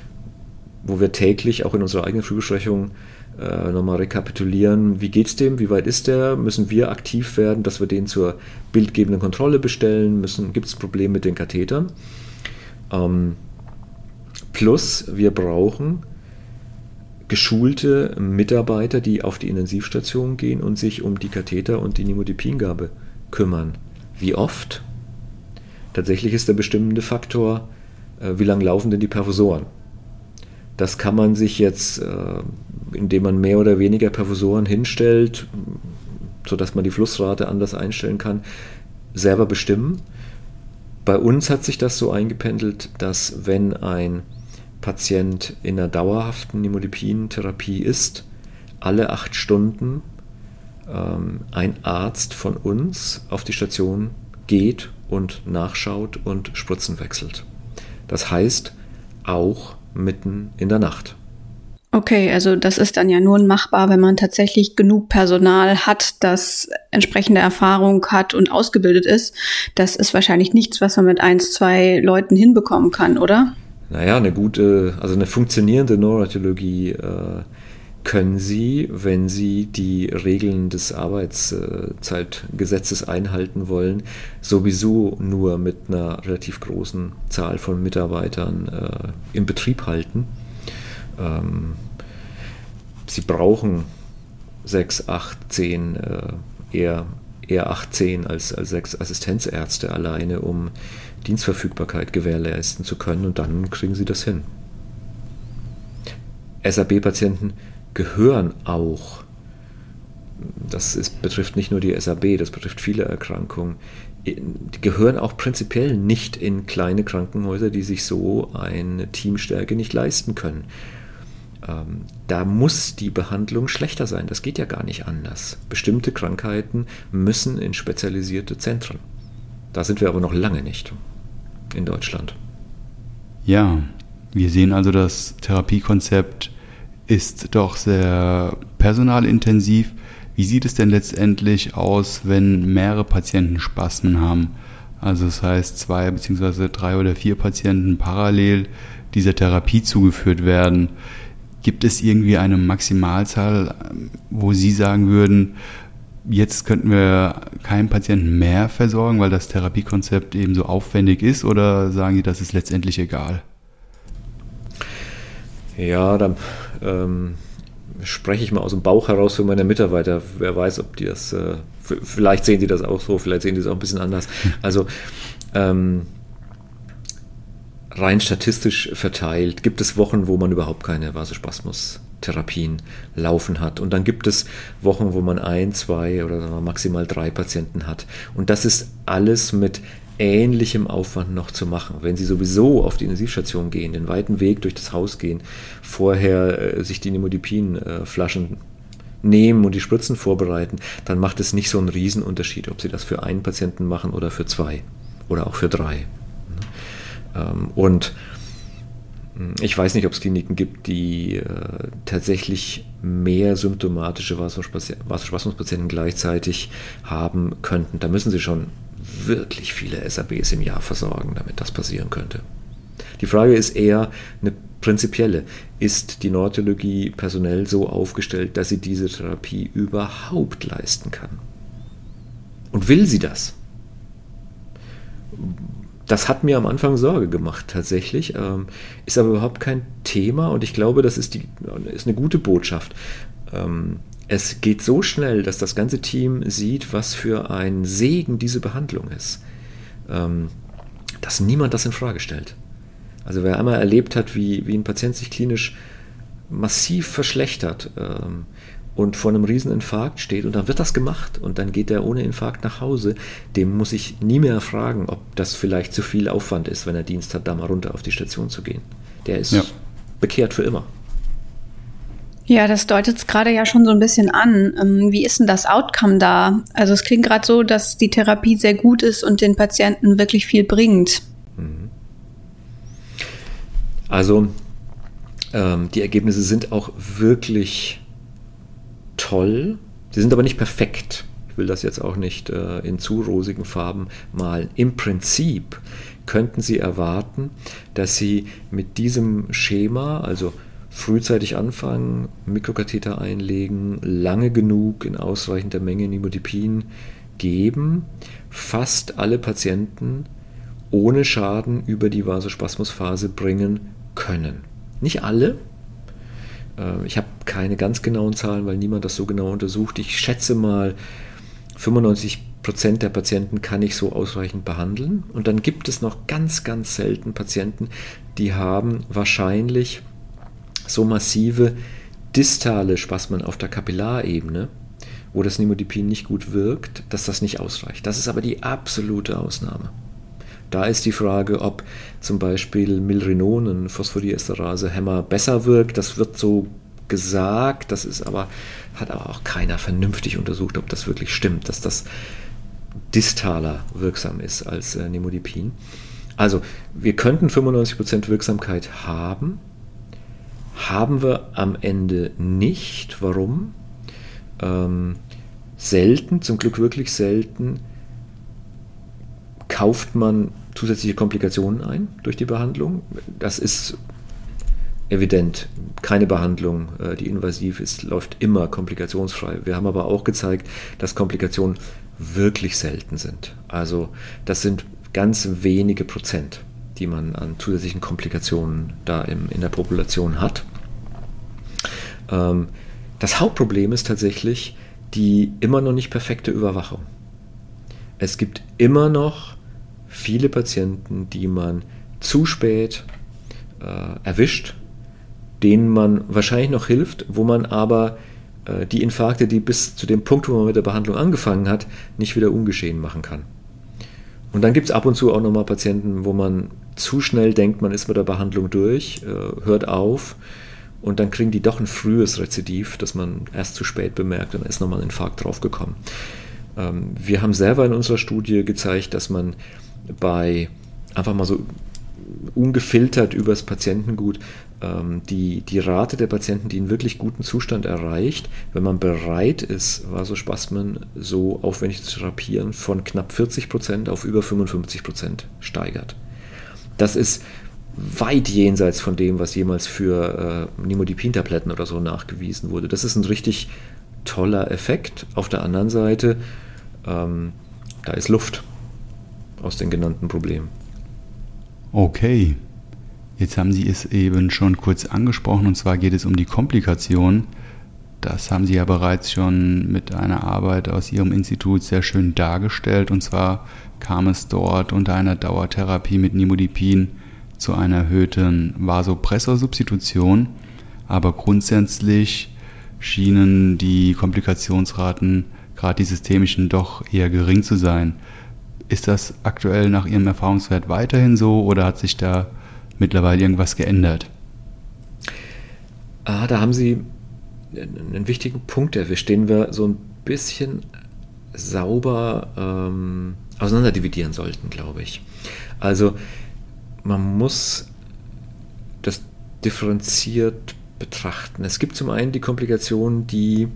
wo wir täglich auch in unserer eigenen Frühbesprechung äh, nochmal rekapitulieren, wie geht's dem, wie weit ist der, müssen wir aktiv werden, dass wir den zur bildgebenden Kontrolle bestellen müssen, gibt es Probleme mit den Kathetern. Ähm, plus wir brauchen geschulte Mitarbeiter, die auf die Intensivstation gehen und sich um die Katheter und die Nimodipingabe kümmern. Wie oft? Tatsächlich ist der bestimmende Faktor, äh, wie lang laufen denn die Perfusoren? Das kann man sich jetzt, indem man mehr oder weniger Perfusoren hinstellt, sodass man die Flussrate anders einstellen kann, selber bestimmen. Bei uns hat sich das so eingependelt, dass wenn ein Patient in einer dauerhaften Nimodipin-Therapie ist, alle acht Stunden ähm, ein Arzt von uns auf die Station geht und nachschaut und Spritzen wechselt. Das heißt, auch mitten in der Nacht. Okay, also das ist dann ja nur machbar, wenn man tatsächlich genug Personal hat, das entsprechende Erfahrung hat und ausgebildet ist. Das ist wahrscheinlich nichts, was man mit eins, zwei Leuten hinbekommen kann, oder? Naja, eine gute, also eine funktionierende Neuroradiologie äh, können Sie, wenn Sie die Regeln des Arbeitszeitgesetzes einhalten wollen, sowieso nur mit einer relativ großen Zahl von Mitarbeitern äh, im Betrieb halten. Ähm, Sie brauchen sechs, acht, zehn, äh, eher, eher acht, zehn als, als sechs Assistenzärzte alleine, um Dienstverfügbarkeit gewährleisten zu können, und dann kriegen Sie das hin. S A B-Patienten gehören auch, das ist, betrifft nicht nur die S A B, das betrifft viele Erkrankungen, die gehören auch prinzipiell nicht in kleine Krankenhäuser, die sich so eine Teamstärke nicht leisten können. Ähm, da muss die Behandlung schlechter sein, das geht ja gar nicht anders. Bestimmte Krankheiten müssen in spezialisierte Zentren. Da sind wir aber noch lange nicht in Deutschland. Ja, wir sehen also, das Therapiekonzept ist doch sehr personalintensiv. Wie sieht es denn letztendlich aus, wenn mehrere Patienten Spasmen haben? Also das heißt, zwei bzw. drei oder vier Patienten parallel dieser Therapie zugeführt werden. Gibt es irgendwie eine Maximalzahl, wo Sie sagen würden, jetzt könnten wir keinen Patienten mehr versorgen, weil das Therapiekonzept eben so aufwendig ist, oder sagen Sie, das ist letztendlich egal? Ja, dann ähm, spreche ich mal aus dem Bauch heraus für meine Mitarbeiter. Wer weiß, ob die das, äh, vielleicht sehen die das auch so, vielleicht sehen die das auch ein bisschen anders. Also ähm, rein statistisch verteilt gibt es Wochen, wo man überhaupt keine Vasospasmus-Therapien laufen hat. Und dann gibt es Wochen, wo man ein, zwei oder sagen wir maximal drei Patienten hat. Und das ist alles mit ähnlichem Aufwand noch zu machen. Wenn Sie sowieso auf die Intensivstation gehen, den weiten Weg durch das Haus gehen, vorher äh, sich die Nimodipin-Flaschen äh, nehmen und die Spritzen vorbereiten, dann macht es nicht so einen Riesenunterschied, ob Sie das für einen Patienten machen oder für zwei oder auch für drei. Ähm, und ich weiß nicht, ob es Kliniken gibt, die äh, tatsächlich mehr symptomatische Vasospasmuspatienten gleichzeitig haben könnten. Da müssen Sie schon wirklich viele S A Bs im Jahr versorgen, damit das passieren könnte. Die Frage ist eher eine prinzipielle. Ist die Neurologie personell so aufgestellt, dass sie diese Therapie überhaupt leisten kann? Und will sie das? Das hat mir am Anfang Sorge gemacht, tatsächlich. Ähm, ist aber überhaupt kein Thema, und ich glaube, das ist, die, ist eine gute Botschaft. Ähm, es geht so schnell, dass das ganze Team sieht, was für ein Segen diese Behandlung ist. Ähm, dass niemand das in Frage stellt. Also wer einmal erlebt hat, wie, wie ein Patient sich klinisch massiv verschlechtert ähm, und vor einem riesen Infarkt steht, und dann wird das gemacht und dann geht er ohne Infarkt nach Hause, dem muss ich nie mehr fragen, ob das vielleicht zu viel Aufwand ist, wenn er Dienst hat, da mal runter auf die Station zu gehen. Der ist ja bekehrt für immer. Ja, das deutet es gerade ja schon so ein bisschen an. Wie ist denn das Outcome da? Also es klingt gerade so, dass die Therapie sehr gut ist und den Patienten wirklich viel bringt. Also ähm, die Ergebnisse sind auch wirklich toll. Sie sind aber nicht perfekt. Ich will das jetzt auch nicht äh, in zu rosigen Farben malen. Im Prinzip könnten Sie erwarten, dass Sie mit diesem Schema, also frühzeitig anfangen, Mikrokatheter einlegen, lange genug in ausreichender Menge Nimodipin geben, fast alle Patienten ohne Schaden über die Vasospasmusphase bringen können. Nicht alle. Ich habe keine ganz genauen Zahlen, weil niemand das so genau untersucht. Ich schätze mal, fünfundneunzig Prozent der Patienten kann ich so ausreichend behandeln. Und dann gibt es noch ganz, ganz selten Patienten, die haben wahrscheinlich so massive distale Spasmen auf der Kapillarebene, wo das Nimodipin nicht gut wirkt, dass das nicht ausreicht. Das ist aber die absolute Ausnahme. Da ist die Frage, ob zum Beispiel Milrinon, ein Phosphodiesterase-Hämmer, besser wirkt. Das wird so gesagt, das ist aber, hat aber auch keiner vernünftig untersucht, ob das wirklich stimmt, dass das distaler wirksam ist als äh, Nimodipin. Also wir könnten fünfundneunzig Prozent Wirksamkeit haben, haben wir am Ende nicht. Warum? Ähm, selten, zum Glück wirklich selten, kauft man zusätzliche Komplikationen ein durch die Behandlung. Das ist evident. Keine Behandlung, die invasiv ist, läuft immer komplikationsfrei. Wir haben aber auch gezeigt, dass Komplikationen wirklich selten sind. Also das sind ganz wenige Prozent, die man an zusätzlichen Komplikationen da im, in der Population hat. Ähm, das Hauptproblem ist tatsächlich die immer noch nicht perfekte Überwachung. Es gibt immer noch viele Patienten, die man zu spät äh, erwischt, denen man wahrscheinlich noch hilft, wo man aber äh, die Infarkte, die bis zu dem Punkt, wo man mit der Behandlung angefangen hat, nicht wieder ungeschehen machen kann. Und dann gibt es ab und zu auch nochmal Patienten, wo man zu schnell denkt, man ist mit der Behandlung durch, äh, hört auf und dann kriegen die doch ein frühes Rezidiv, das man erst zu spät bemerkt und dann ist nochmal ein Infarkt draufgekommen. Ähm, wir haben selber in unserer Studie gezeigt, dass man bei einfach mal so ungefiltert übers Patientengut ähm, die, die Rate der Patienten, die einen wirklich guten Zustand erreicht, wenn man bereit ist, Vasospasmen so aufwendig zu therapieren, von knapp vierzig Prozent auf über fünfundfünfzig Prozent steigert. Das ist weit jenseits von dem, was jemals für äh, Nimodipin-Tabletten oder so nachgewiesen wurde. Das ist ein richtig toller Effekt. Auf der anderen Seite, ähm, da ist Luft aus den genannten Problemen. Okay, jetzt haben Sie es eben schon kurz angesprochen, und zwar geht es um die Komplikationen. Das haben Sie ja bereits schon mit einer Arbeit aus Ihrem Institut sehr schön dargestellt, und zwar kam es dort unter einer Dauertherapie mit Nimodipin zu einer erhöhten Vasopressorsubstitution, aber grundsätzlich schienen die Komplikationsraten, gerade die systemischen, doch eher gering zu sein. Ist das aktuell nach Ihrem Erfahrungswert weiterhin so oder hat sich da mittlerweile irgendwas geändert? Ah, da haben Sie einen wichtigen Punkt erwischt, den wir so ein bisschen sauber ähm, auseinanderdividieren sollten, glaube ich. Also man muss das differenziert betrachten. Es gibt zum einen die Komplikationen, die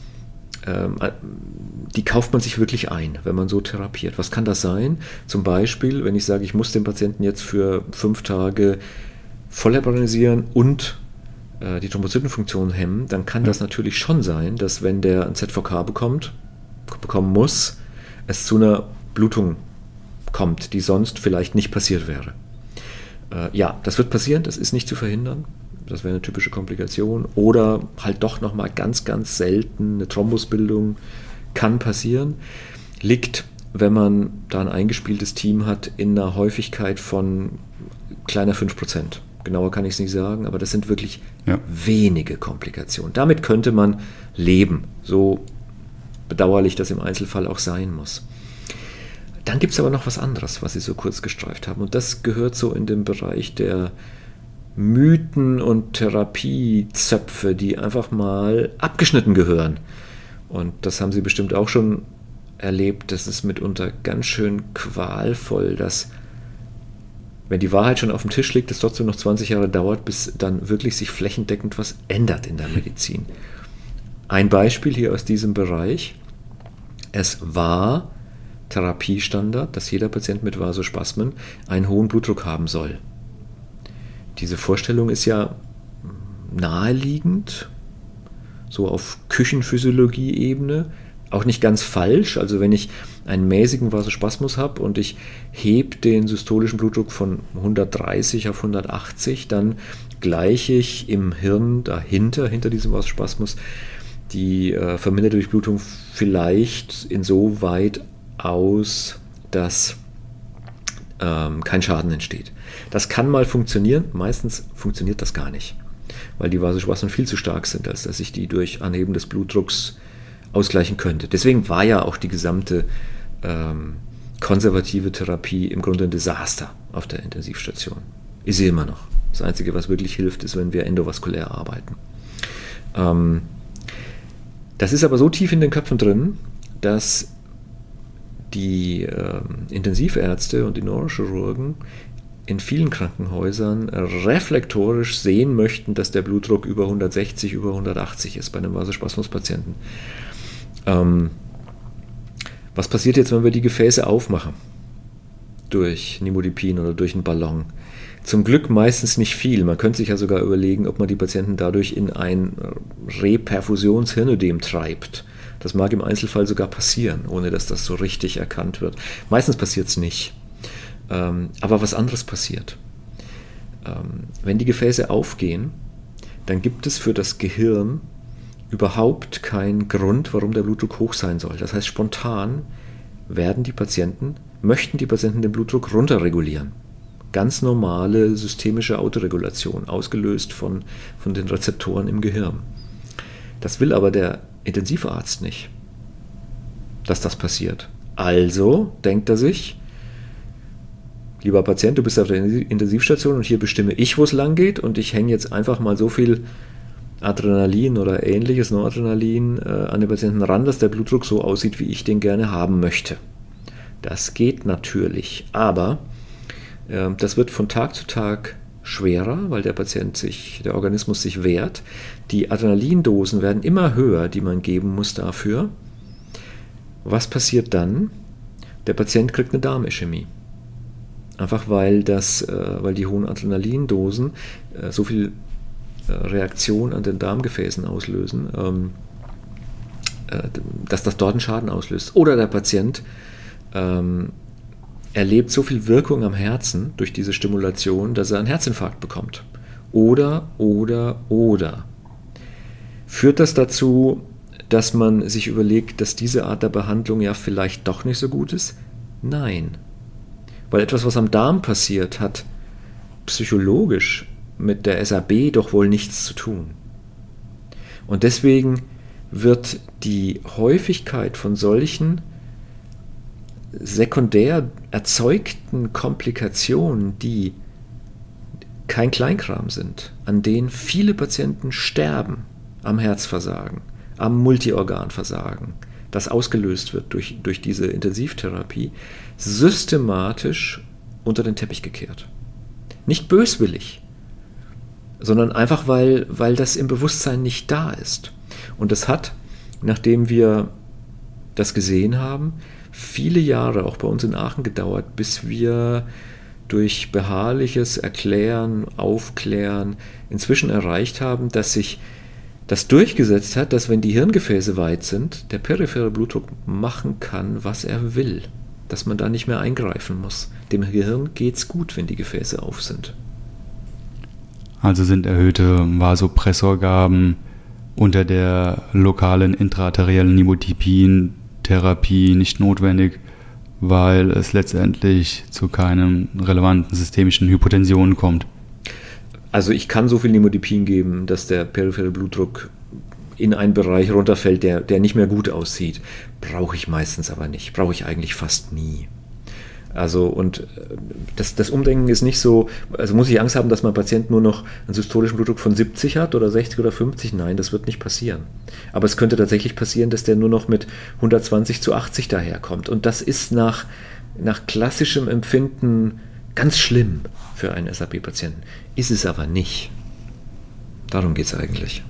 die kauft man sich wirklich ein, wenn man so therapiert. Was kann das sein? Zum Beispiel, wenn ich sage, ich muss den Patienten jetzt für fünf Tage voll heparinisieren und äh, die Thrombozytenfunktion hemmen, dann kann das natürlich schon sein, dass wenn der ein Z V K bekommt, bekommen muss, es zu einer Blutung kommt, die sonst vielleicht nicht passiert wäre. Äh, ja, das wird passieren, das ist nicht zu verhindern. Das wäre eine typische Komplikation. Oder halt doch nochmal ganz, ganz selten eine Thrombusbildung kann passieren. Liegt, wenn man da ein eingespieltes Team hat, in einer Häufigkeit von kleiner fünf Prozent. Genauer kann ich es nicht sagen, aber das sind wirklich ja. wenige Komplikationen. Damit könnte man leben, so bedauerlich das im Einzelfall auch sein muss. Dann gibt es aber noch was anderes, was Sie so kurz gestreift haben. Und das gehört so in den Bereich der Mythen und Therapiezöpfe, die einfach mal abgeschnitten gehören. Und das haben Sie bestimmt auch schon erlebt. Das ist mitunter ganz schön qualvoll, dass, wenn die Wahrheit schon auf dem Tisch liegt, es trotzdem noch zwanzig Jahre dauert, bis dann wirklich sich flächendeckend was ändert in der Medizin. Ein Beispiel hier aus diesem Bereich. Es war Therapiestandard, dass jeder Patient mit Vasospasmen einen hohen Blutdruck haben soll. Diese Vorstellung ist ja naheliegend, so auf Küchenphysiologie-Ebene, auch nicht ganz falsch. Also wenn ich einen mäßigen Vasospasmus habe und ich hebe den systolischen Blutdruck von hundertdreißig auf hundertachtzig, dann gleiche ich im Hirn dahinter, hinter diesem Vasospasmus, die äh, verminderte Durchblutung vielleicht insoweit aus, dass ähm, kein Schaden entsteht. Das kann mal funktionieren, meistens funktioniert das gar nicht, weil die Vasospasmen viel zu stark sind, als dass ich die durch Anheben des Blutdrucks ausgleichen könnte. Deswegen war ja auch die gesamte ähm, konservative Therapie im Grunde ein Desaster auf der Intensivstation. Ist sie immer noch. Das Einzige, was wirklich hilft, ist, wenn wir endovaskulär arbeiten. Ähm, das ist aber so tief in den Köpfen drin, dass die äh, Intensivärzte und die Neurochirurgen in vielen Krankenhäusern reflektorisch sehen möchten, dass der Blutdruck über hundertsechzig, über hundertachtzig ist bei einem Vasospasmuspatienten. Ähm, was passiert jetzt, wenn wir die Gefäße aufmachen? Durch Nimodipin oder durch einen Ballon? Zum Glück meistens nicht viel. Man könnte sich ja sogar überlegen, ob man die Patienten dadurch in ein Reperfusionshirnödem treibt. Das mag im Einzelfall sogar passieren, ohne dass das so richtig erkannt wird. Meistens passiert es nicht. Ähm, aber was anderes passiert. Ähm, wenn die Gefäße aufgehen, dann gibt es für das Gehirn überhaupt keinen Grund, warum der Blutdruck hoch sein soll. Das heißt, spontan werden die Patienten, möchten die Patienten den Blutdruck runterregulieren. Ganz normale systemische Autoregulation, ausgelöst von, von den Rezeptoren im Gehirn. Das will aber der Intensivarzt nicht, dass das passiert. Also denkt er sich, lieber Patient, du bist auf der Intensivstation und hier bestimme ich, wo es lang geht, und ich hänge jetzt einfach mal so viel Adrenalin oder ähnliches, Noradrenalin, äh, an den Patienten ran, dass der Blutdruck so aussieht, wie ich den gerne haben möchte. Das geht natürlich, aber äh, das wird von Tag zu Tag schwerer, weil der Patient sich, der Organismus sich wehrt. Die Adrenalindosen werden immer höher, die man geben muss dafür. Was passiert dann? Der Patient kriegt eine Darmischämie. Einfach weil, das, äh, weil die hohen Adrenalindosen äh, so viel äh, Reaktion an den Darmgefäßen auslösen, ähm, äh, dass das dort einen Schaden auslöst. Oder der Patient ähm, erlebt so viel Wirkung am Herzen durch diese Stimulation, dass er einen Herzinfarkt bekommt. Oder, oder, oder. Führt das dazu, dass man sich überlegt, dass diese Art der Behandlung ja vielleicht doch nicht so gut ist? Nein. Weil etwas, was am Darm passiert, hat psychologisch mit der S A B doch wohl nichts zu tun. Und deswegen wird die Häufigkeit von solchen sekundär erzeugten Komplikationen, die kein Kleinkram sind, an denen viele Patienten sterben, am Herzversagen, am Multiorganversagen, das ausgelöst wird durch, durch diese Intensivtherapie, systematisch unter den Teppich gekehrt. Nicht böswillig, sondern einfach, weil, weil das im Bewusstsein nicht da ist. Und das hat, nachdem wir das gesehen haben, viele Jahre auch bei uns in Aachen gedauert, bis wir durch beharrliches Erklären, Aufklären inzwischen erreicht haben, dass sich das durchgesetzt hat, dass, wenn die Hirngefäße weit sind, der periphere Blutdruck machen kann, was er will. Dass man da nicht mehr eingreifen muss. Dem Gehirn geht's gut, wenn die Gefäße auf sind. Also sind erhöhte Vasopressorgaben unter der lokalen intraarteriellen Nimodipin-Therapie nicht notwendig, weil es letztendlich zu keinem relevanten systemischen Hypotension kommt. Also ich kann so viel Nimodipin geben, dass der periphere Blutdruck in einen Bereich runterfällt, der, der nicht mehr gut aussieht. Brauche ich meistens aber nicht. Brauche ich eigentlich fast nie. Also und das, das Umdenken ist nicht so, also muss ich Angst haben, dass mein Patient nur noch einen systolischen Blutdruck von siebzig hat oder sechzig oder fünfzig? Nein, das wird nicht passieren. Aber es könnte tatsächlich passieren, dass der nur noch mit hundertzwanzig zu achtzig daherkommt. Und das ist nach, nach klassischem Empfinden ganz schlimm für einen S A B-Patienten. Ist es aber nicht. Darum geht es eigentlich.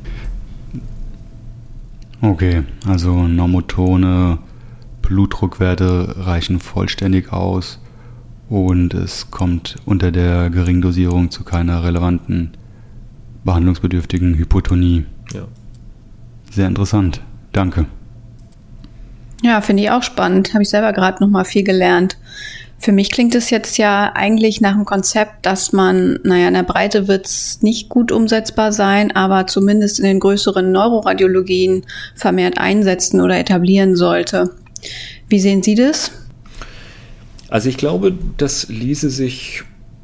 Okay, also normotone Blutdruckwerte reichen vollständig aus und es kommt unter der Geringdosierung zu keiner relevanten behandlungsbedürftigen Hypotonie. Ja. Sehr interessant. Danke. Ja, finde ich auch spannend. Habe ich selber gerade noch mal viel gelernt. Für mich klingt es jetzt ja eigentlich nach einem Konzept, dass man, naja, in der Breite wird es nicht gut umsetzbar sein, aber zumindest in den größeren Neuroradiologien vermehrt einsetzen oder etablieren sollte. Wie sehen Sie das? Also ich glaube, das ließe sich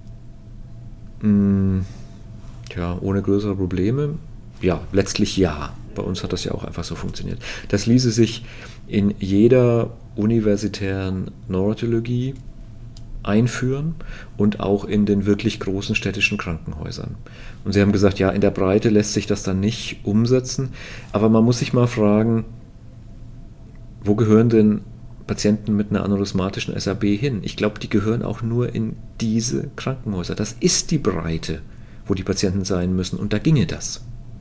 mh, ja, ohne größere Probleme, ja, letztlich ja. Bei uns hat das ja auch einfach so funktioniert. Das ließe sich in jeder universitären Neuroradiologie einführen und auch in den wirklich großen städtischen Krankenhäusern. Und Sie haben gesagt, ja, in der Breite lässt sich das dann nicht umsetzen, aber man muss sich mal fragen, wo gehören denn Patienten mit einer aneurysmatischen S A B hin. Ich glaube, die gehören auch nur in diese Krankenhäuser. Das ist die Breite, wo die Patienten sein müssen, und da ginge das.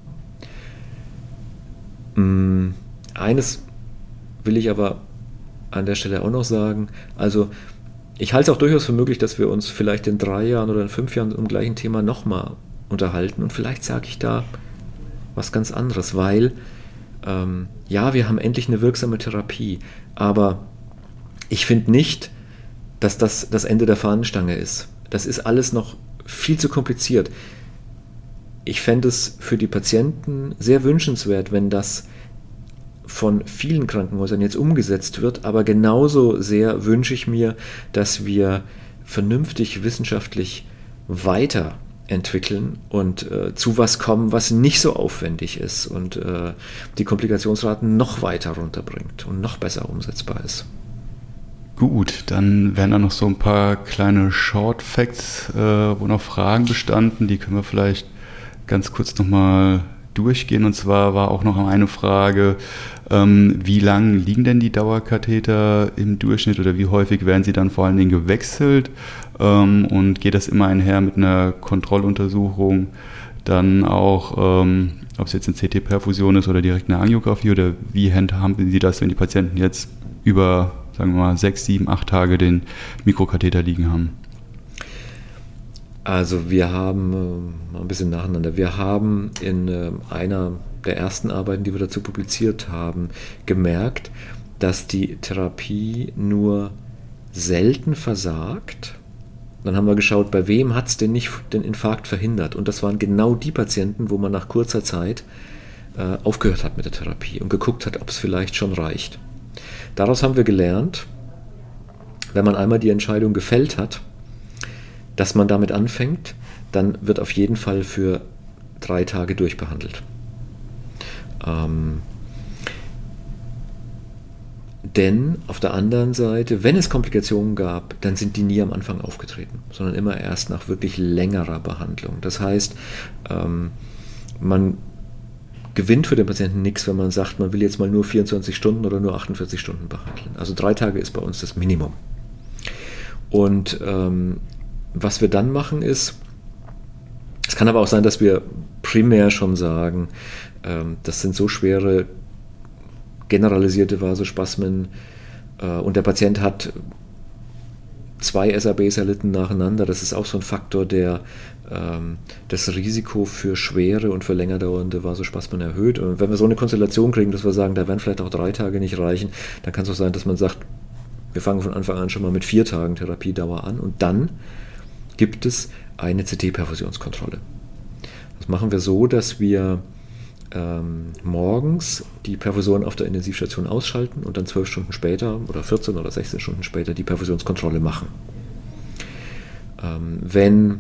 Eines will ich aber an der Stelle auch noch sagen, also ich halte es auch durchaus für möglich, dass wir uns vielleicht in drei Jahren oder in fünf Jahren um gleichen Thema nochmal unterhalten, und vielleicht sage ich da was ganz anderes, weil ähm, ja, wir haben endlich eine wirksame Therapie, aber ich finde nicht, dass das das Ende der Fahnenstange ist. Das ist alles noch viel zu kompliziert. Ich fände es für die Patienten sehr wünschenswert, wenn das von vielen Krankenhäusern jetzt umgesetzt wird, aber genauso sehr wünsche ich mir, dass wir vernünftig wissenschaftlich weiterentwickeln und äh, zu was kommen, was nicht so aufwendig ist und äh, die Komplikationsraten noch weiter runterbringt und noch besser umsetzbar ist. Gut, dann wären da noch so ein paar kleine Short Facts, äh, wo noch Fragen bestanden, die können wir vielleicht ganz kurz nochmal durchgehen. Und zwar war auch noch eine Frage, ähm, wie lang liegen denn die Dauerkatheter im Durchschnitt oder wie häufig werden sie dann vor allen Dingen gewechselt? Ähm, und geht das immer einher mit einer Kontrolluntersuchung? Dann auch, ähm, ob es jetzt eine C T-Perfusion ist oder direkt eine Angiografie, oder wie handhaben Sie das, wenn die Patienten jetzt über, sagen wir mal, sechs, sieben, acht Tage den Mikrokatheter liegen haben? Also wir haben, äh, mal ein bisschen nacheinander, wir haben in äh, einer der ersten Arbeiten, die wir dazu publiziert haben, gemerkt, dass die Therapie nur selten versagt. Dann haben wir geschaut, bei wem hat es denn nicht den Infarkt verhindert? Und das waren genau die Patienten, wo man nach kurzer Zeit äh, aufgehört hat mit der Therapie und geguckt hat, ob es vielleicht schon reicht. Daraus haben wir gelernt, wenn man einmal die Entscheidung gefällt hat, dass man damit anfängt, dann wird auf jeden Fall für drei Tage durchbehandelt. Ähm, denn auf der anderen Seite, wenn es Komplikationen gab, dann sind die nie am Anfang aufgetreten, sondern immer erst nach wirklich längerer Behandlung. Das heißt, ähm, man gewinnt für den Patienten nichts, wenn man sagt, man will jetzt mal nur vierundzwanzig Stunden oder nur achtundvierzig Stunden behandeln. Also drei Tage ist bei uns das Minimum. Und ähm, was wir dann machen ist, es kann aber auch sein, dass wir primär schon sagen, ähm, das sind so schwere generalisierte Vasospasmen äh, und der Patient hat zwei S A Bs erlitten nacheinander. Das ist auch so ein Faktor, der ähm, das Risiko für schwere und für länger dauernde Vasospasmen erhöht. Und wenn wir so eine Konstellation kriegen, dass wir sagen, da werden vielleicht auch drei Tage nicht reichen, dann kann es auch sein, dass man sagt, wir fangen von Anfang an schon mal mit vier Tagen Therapiedauer an und dann gibt es eine C T-Perfusionskontrolle. Das machen wir so, dass wir ähm, morgens die Perfusion auf der Intensivstation ausschalten und dann zwölf Stunden später oder vierzehn oder sechzehn Stunden später die Perfusionskontrolle machen. Ähm, wenn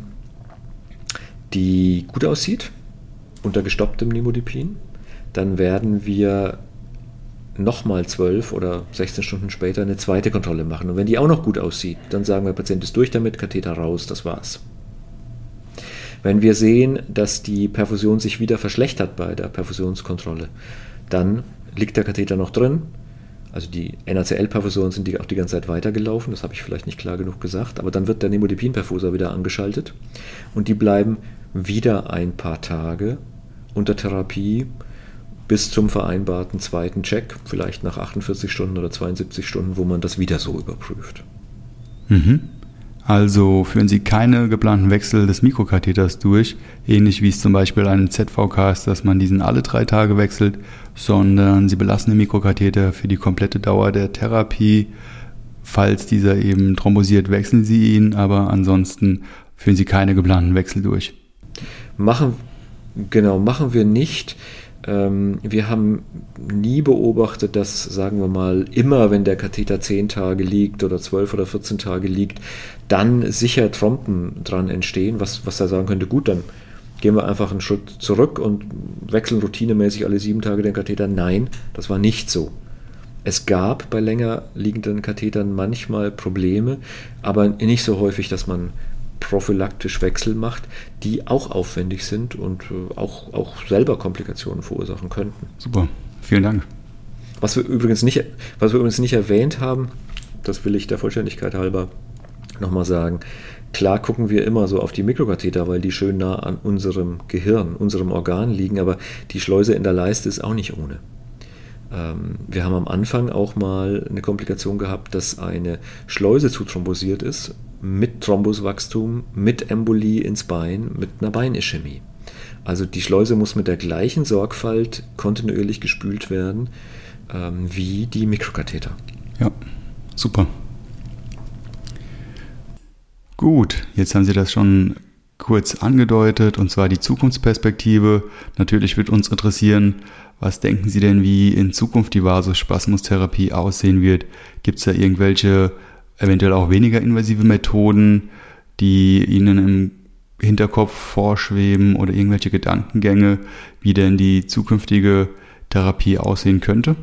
die gut aussieht, unter gestopptem Nimodipin, dann werden wir nochmal zwölf oder sechzehn Stunden später eine zweite Kontrolle machen. Und wenn die auch noch gut aussieht, dann sagen wir, der Patient ist durch damit, Katheter raus, das war's. Wenn wir sehen, dass die Perfusion sich wieder verschlechtert bei der Perfusionskontrolle, dann liegt der Katheter noch drin. Also die N A C L-Perfusionen sind die auch die ganze Zeit weitergelaufen, das habe ich vielleicht nicht klar genug gesagt, aber dann wird der Nimodipin-Perfusor wieder angeschaltet und die bleiben wieder ein paar Tage unter Therapie bis zum vereinbarten zweiten Check, vielleicht nach achtundvierzig Stunden oder zweiundsiebzig Stunden, wo man das wieder so überprüft. Mhm. Also führen Sie keine geplanten Wechsel des Mikrokatheters durch, ähnlich wie es zum Beispiel einem Z V K ist, dass man diesen alle drei Tage wechselt, sondern Sie belassen den Mikrokatheter für die komplette Dauer der Therapie. Falls dieser eben thrombosiert, wechseln Sie ihn, aber ansonsten führen Sie keine geplanten Wechsel durch. Machen, genau, machen wir nicht. Wir haben nie beobachtet, dass, sagen wir mal, immer wenn der Katheter zehn Tage liegt oder zwölf oder vierzehn Tage liegt, dann sicher Trompen dran entstehen, was, was da sagen könnte, gut, dann gehen wir einfach einen Schritt zurück und wechseln routinemäßig alle sieben Tage den Katheter. Nein, das war nicht so. Es gab bei länger liegenden Kathetern manchmal Probleme, aber nicht so häufig, dass man prophylaktisch Wechsel macht, die auch aufwendig sind und auch, auch selber Komplikationen verursachen könnten. Super, vielen Dank. Was wir übrigens nicht, was wir übrigens nicht erwähnt haben, das will ich der Vollständigkeit halber nochmal sagen. Klar gucken wir immer so auf die Mikrokatheter, weil die schön nah an unserem Gehirn, unserem Organ liegen, aber die Schleuse in der Leiste ist auch nicht ohne. Ähm, wir haben am Anfang auch mal eine Komplikation gehabt, dass eine Schleuse zu thrombosiert ist, mit Thrombuswachstum, mit Embolie ins Bein, mit einer Beinischämie. Also die Schleuse muss mit der gleichen Sorgfalt kontinuierlich gespült werden ähm, wie die Mikrokatheter. Ja, super. Gut, jetzt haben Sie das schon kurz angedeutet, und zwar die Zukunftsperspektive. Natürlich wird uns interessieren, was denken Sie denn, wie in Zukunft die Vasospasmustherapie aussehen wird? Gibt es da irgendwelche, eventuell auch weniger invasive Methoden, die Ihnen im Hinterkopf vorschweben, oder irgendwelche Gedankengänge, wie denn die zukünftige Therapie aussehen könnte?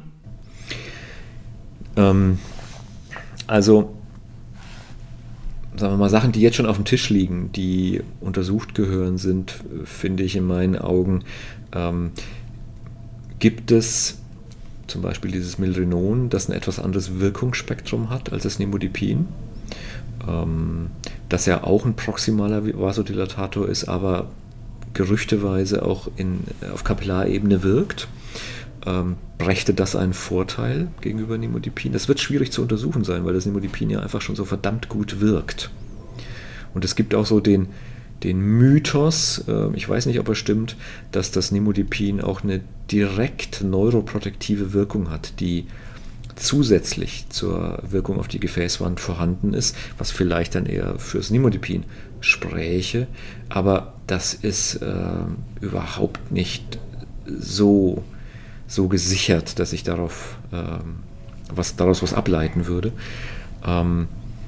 Ähm, also sagen wir mal, Sachen, die jetzt schon auf dem Tisch liegen, die untersucht gehören, sind, finde ich in meinen Augen, ähm, gibt es zum Beispiel dieses Milrinon, das ein etwas anderes Wirkungsspektrum hat als das Nimodipin, ähm, das ja auch ein proximaler Vasodilatator ist, aber gerüchteweise auch in, auf Kapillarebene wirkt. Ähm, brächte das einen Vorteil gegenüber Nimodipin? Das wird schwierig zu untersuchen sein, weil das Nimodipin ja einfach schon so verdammt gut wirkt. Und es gibt auch so den, den Mythos, äh, ich weiß nicht, ob er stimmt, dass das Nimodipin auch eine direkt neuroprotektive Wirkung hat, die zusätzlich zur Wirkung auf die Gefäßwand vorhanden ist, was vielleicht dann eher fürs Nimodipin spräche, aber das ist äh, überhaupt nicht so so gesichert, dass ich darauf, ähm, was, daraus was ableiten würde. Ähm,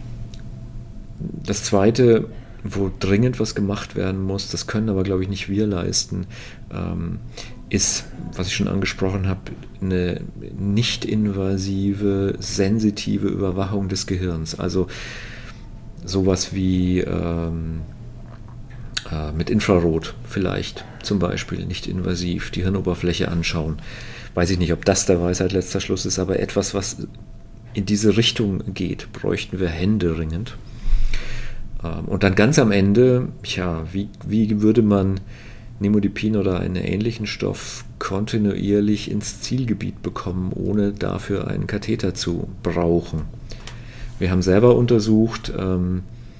das Zweite, wo dringend was gemacht werden muss, das können aber, glaube ich, nicht wir leisten, ähm, ist, was ich schon angesprochen habe, eine nicht invasive, sensitive Überwachung des Gehirns. Also sowas wie ähm, äh, mit Infrarot vielleicht zum Beispiel, nicht invasiv, die Hirnoberfläche anschauen. Weiß ich nicht, ob das der Weisheit letzter Schluss ist, aber etwas, was in diese Richtung geht, bräuchten wir händeringend. Ähm, und dann ganz am Ende, ja, wie, wie würde man Nimodipin oder einen ähnlichen Stoff kontinuierlich ins Zielgebiet bekommen, ohne dafür einen Katheter zu brauchen? Wir haben selber untersucht, ähm,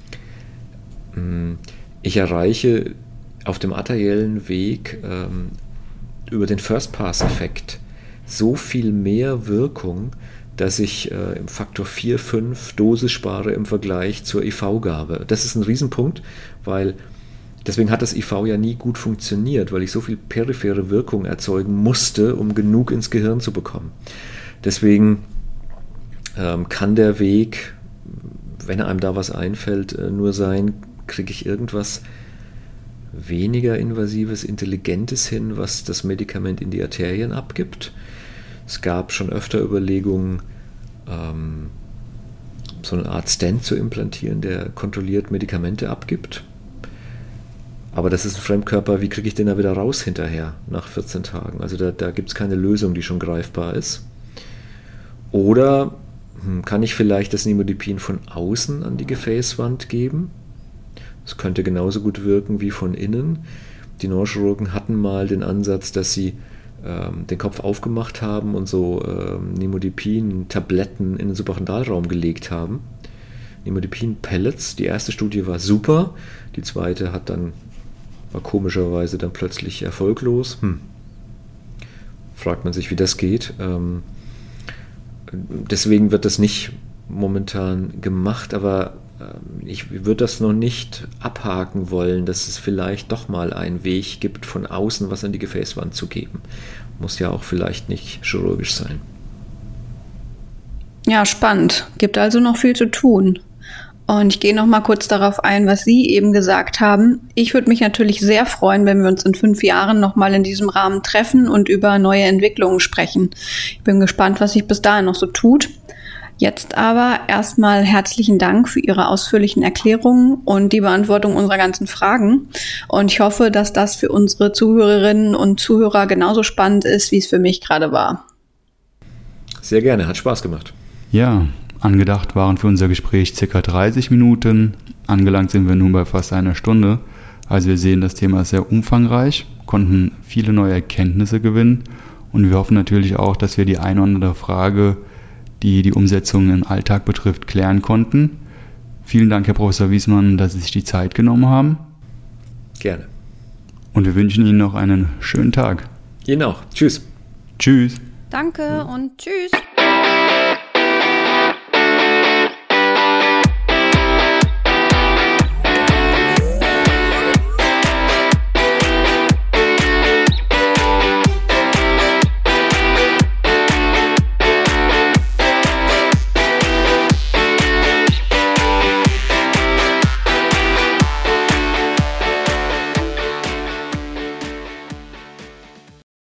ich erreiche auf dem arteriellen Weg ähm, über den First-Pass-Effekt so viel mehr Wirkung, dass ich äh, im Faktor vier, fünf Dosis spare im Vergleich zur I V-Gabe. Das ist ein Riesenpunkt, weil deswegen hat das I V ja nie gut funktioniert, weil ich so viel periphere Wirkung erzeugen musste, um genug ins Gehirn zu bekommen. Deswegen ähm, kann der Weg, wenn einem da was einfällt, äh, nur sein, kriege ich irgendwas weniger invasives, intelligentes hin, was das Medikament in die Arterien abgibt. Es gab schon öfter Überlegungen, ähm, so eine Art Stent zu implantieren, der kontrolliert Medikamente abgibt. Aber das ist ein Fremdkörper, wie kriege ich den da wieder raus hinterher, nach vierzehn Tagen? Also da, da gibt es keine Lösung, die schon greifbar ist. Oder hm, kann ich vielleicht das Nimodipin von außen an die Gefäßwand geben? Es könnte genauso gut wirken wie von innen. Die Neurochirurgen hatten mal den Ansatz, dass sie ähm, den Kopf aufgemacht haben und so ähm, Nimodipin-Tabletten in den Subarachnoidalraum gelegt haben. Nimodipin-Pellets. Die erste Studie war super. Die zweite hat dann, war komischerweise dann plötzlich erfolglos. Hm. Fragt man sich, wie das geht. Ähm, deswegen wird das nicht momentan gemacht, aber ich würde das noch nicht abhaken wollen, dass es vielleicht doch mal einen Weg gibt, von außen was an die Gefäßwand zu geben. Muss ja auch vielleicht nicht chirurgisch sein. Ja, spannend. Gibt also noch viel zu tun. Und ich gehe noch mal kurz darauf ein, was Sie eben gesagt haben. Ich würde mich natürlich sehr freuen, wenn wir uns in fünf Jahren noch mal in diesem Rahmen treffen und über neue Entwicklungen sprechen. Ich bin gespannt, was sich bis dahin noch so tut. Jetzt aber erstmal herzlichen Dank für Ihre ausführlichen Erklärungen und die Beantwortung unserer ganzen Fragen. Und ich hoffe, dass das für unsere Zuhörerinnen und Zuhörer genauso spannend ist, wie es für mich gerade war. Sehr gerne, hat Spaß gemacht. Ja, angedacht waren für unser Gespräch ca. dreißig Minuten. Angelangt sind wir nun bei fast einer Stunde. Also wir sehen, das Thema ist sehr umfangreich, konnten viele neue Erkenntnisse gewinnen und wir hoffen natürlich auch, dass wir die eine oder andere Frage, die die Umsetzung im Alltag betrifft, klären konnten. Vielen Dank, Herr Professor Wiesmann, dass Sie sich die Zeit genommen haben. Gerne. Und wir wünschen Ihnen noch einen schönen Tag. Ihnen auch. Tschüss. Tschüss. Danke und tschüss.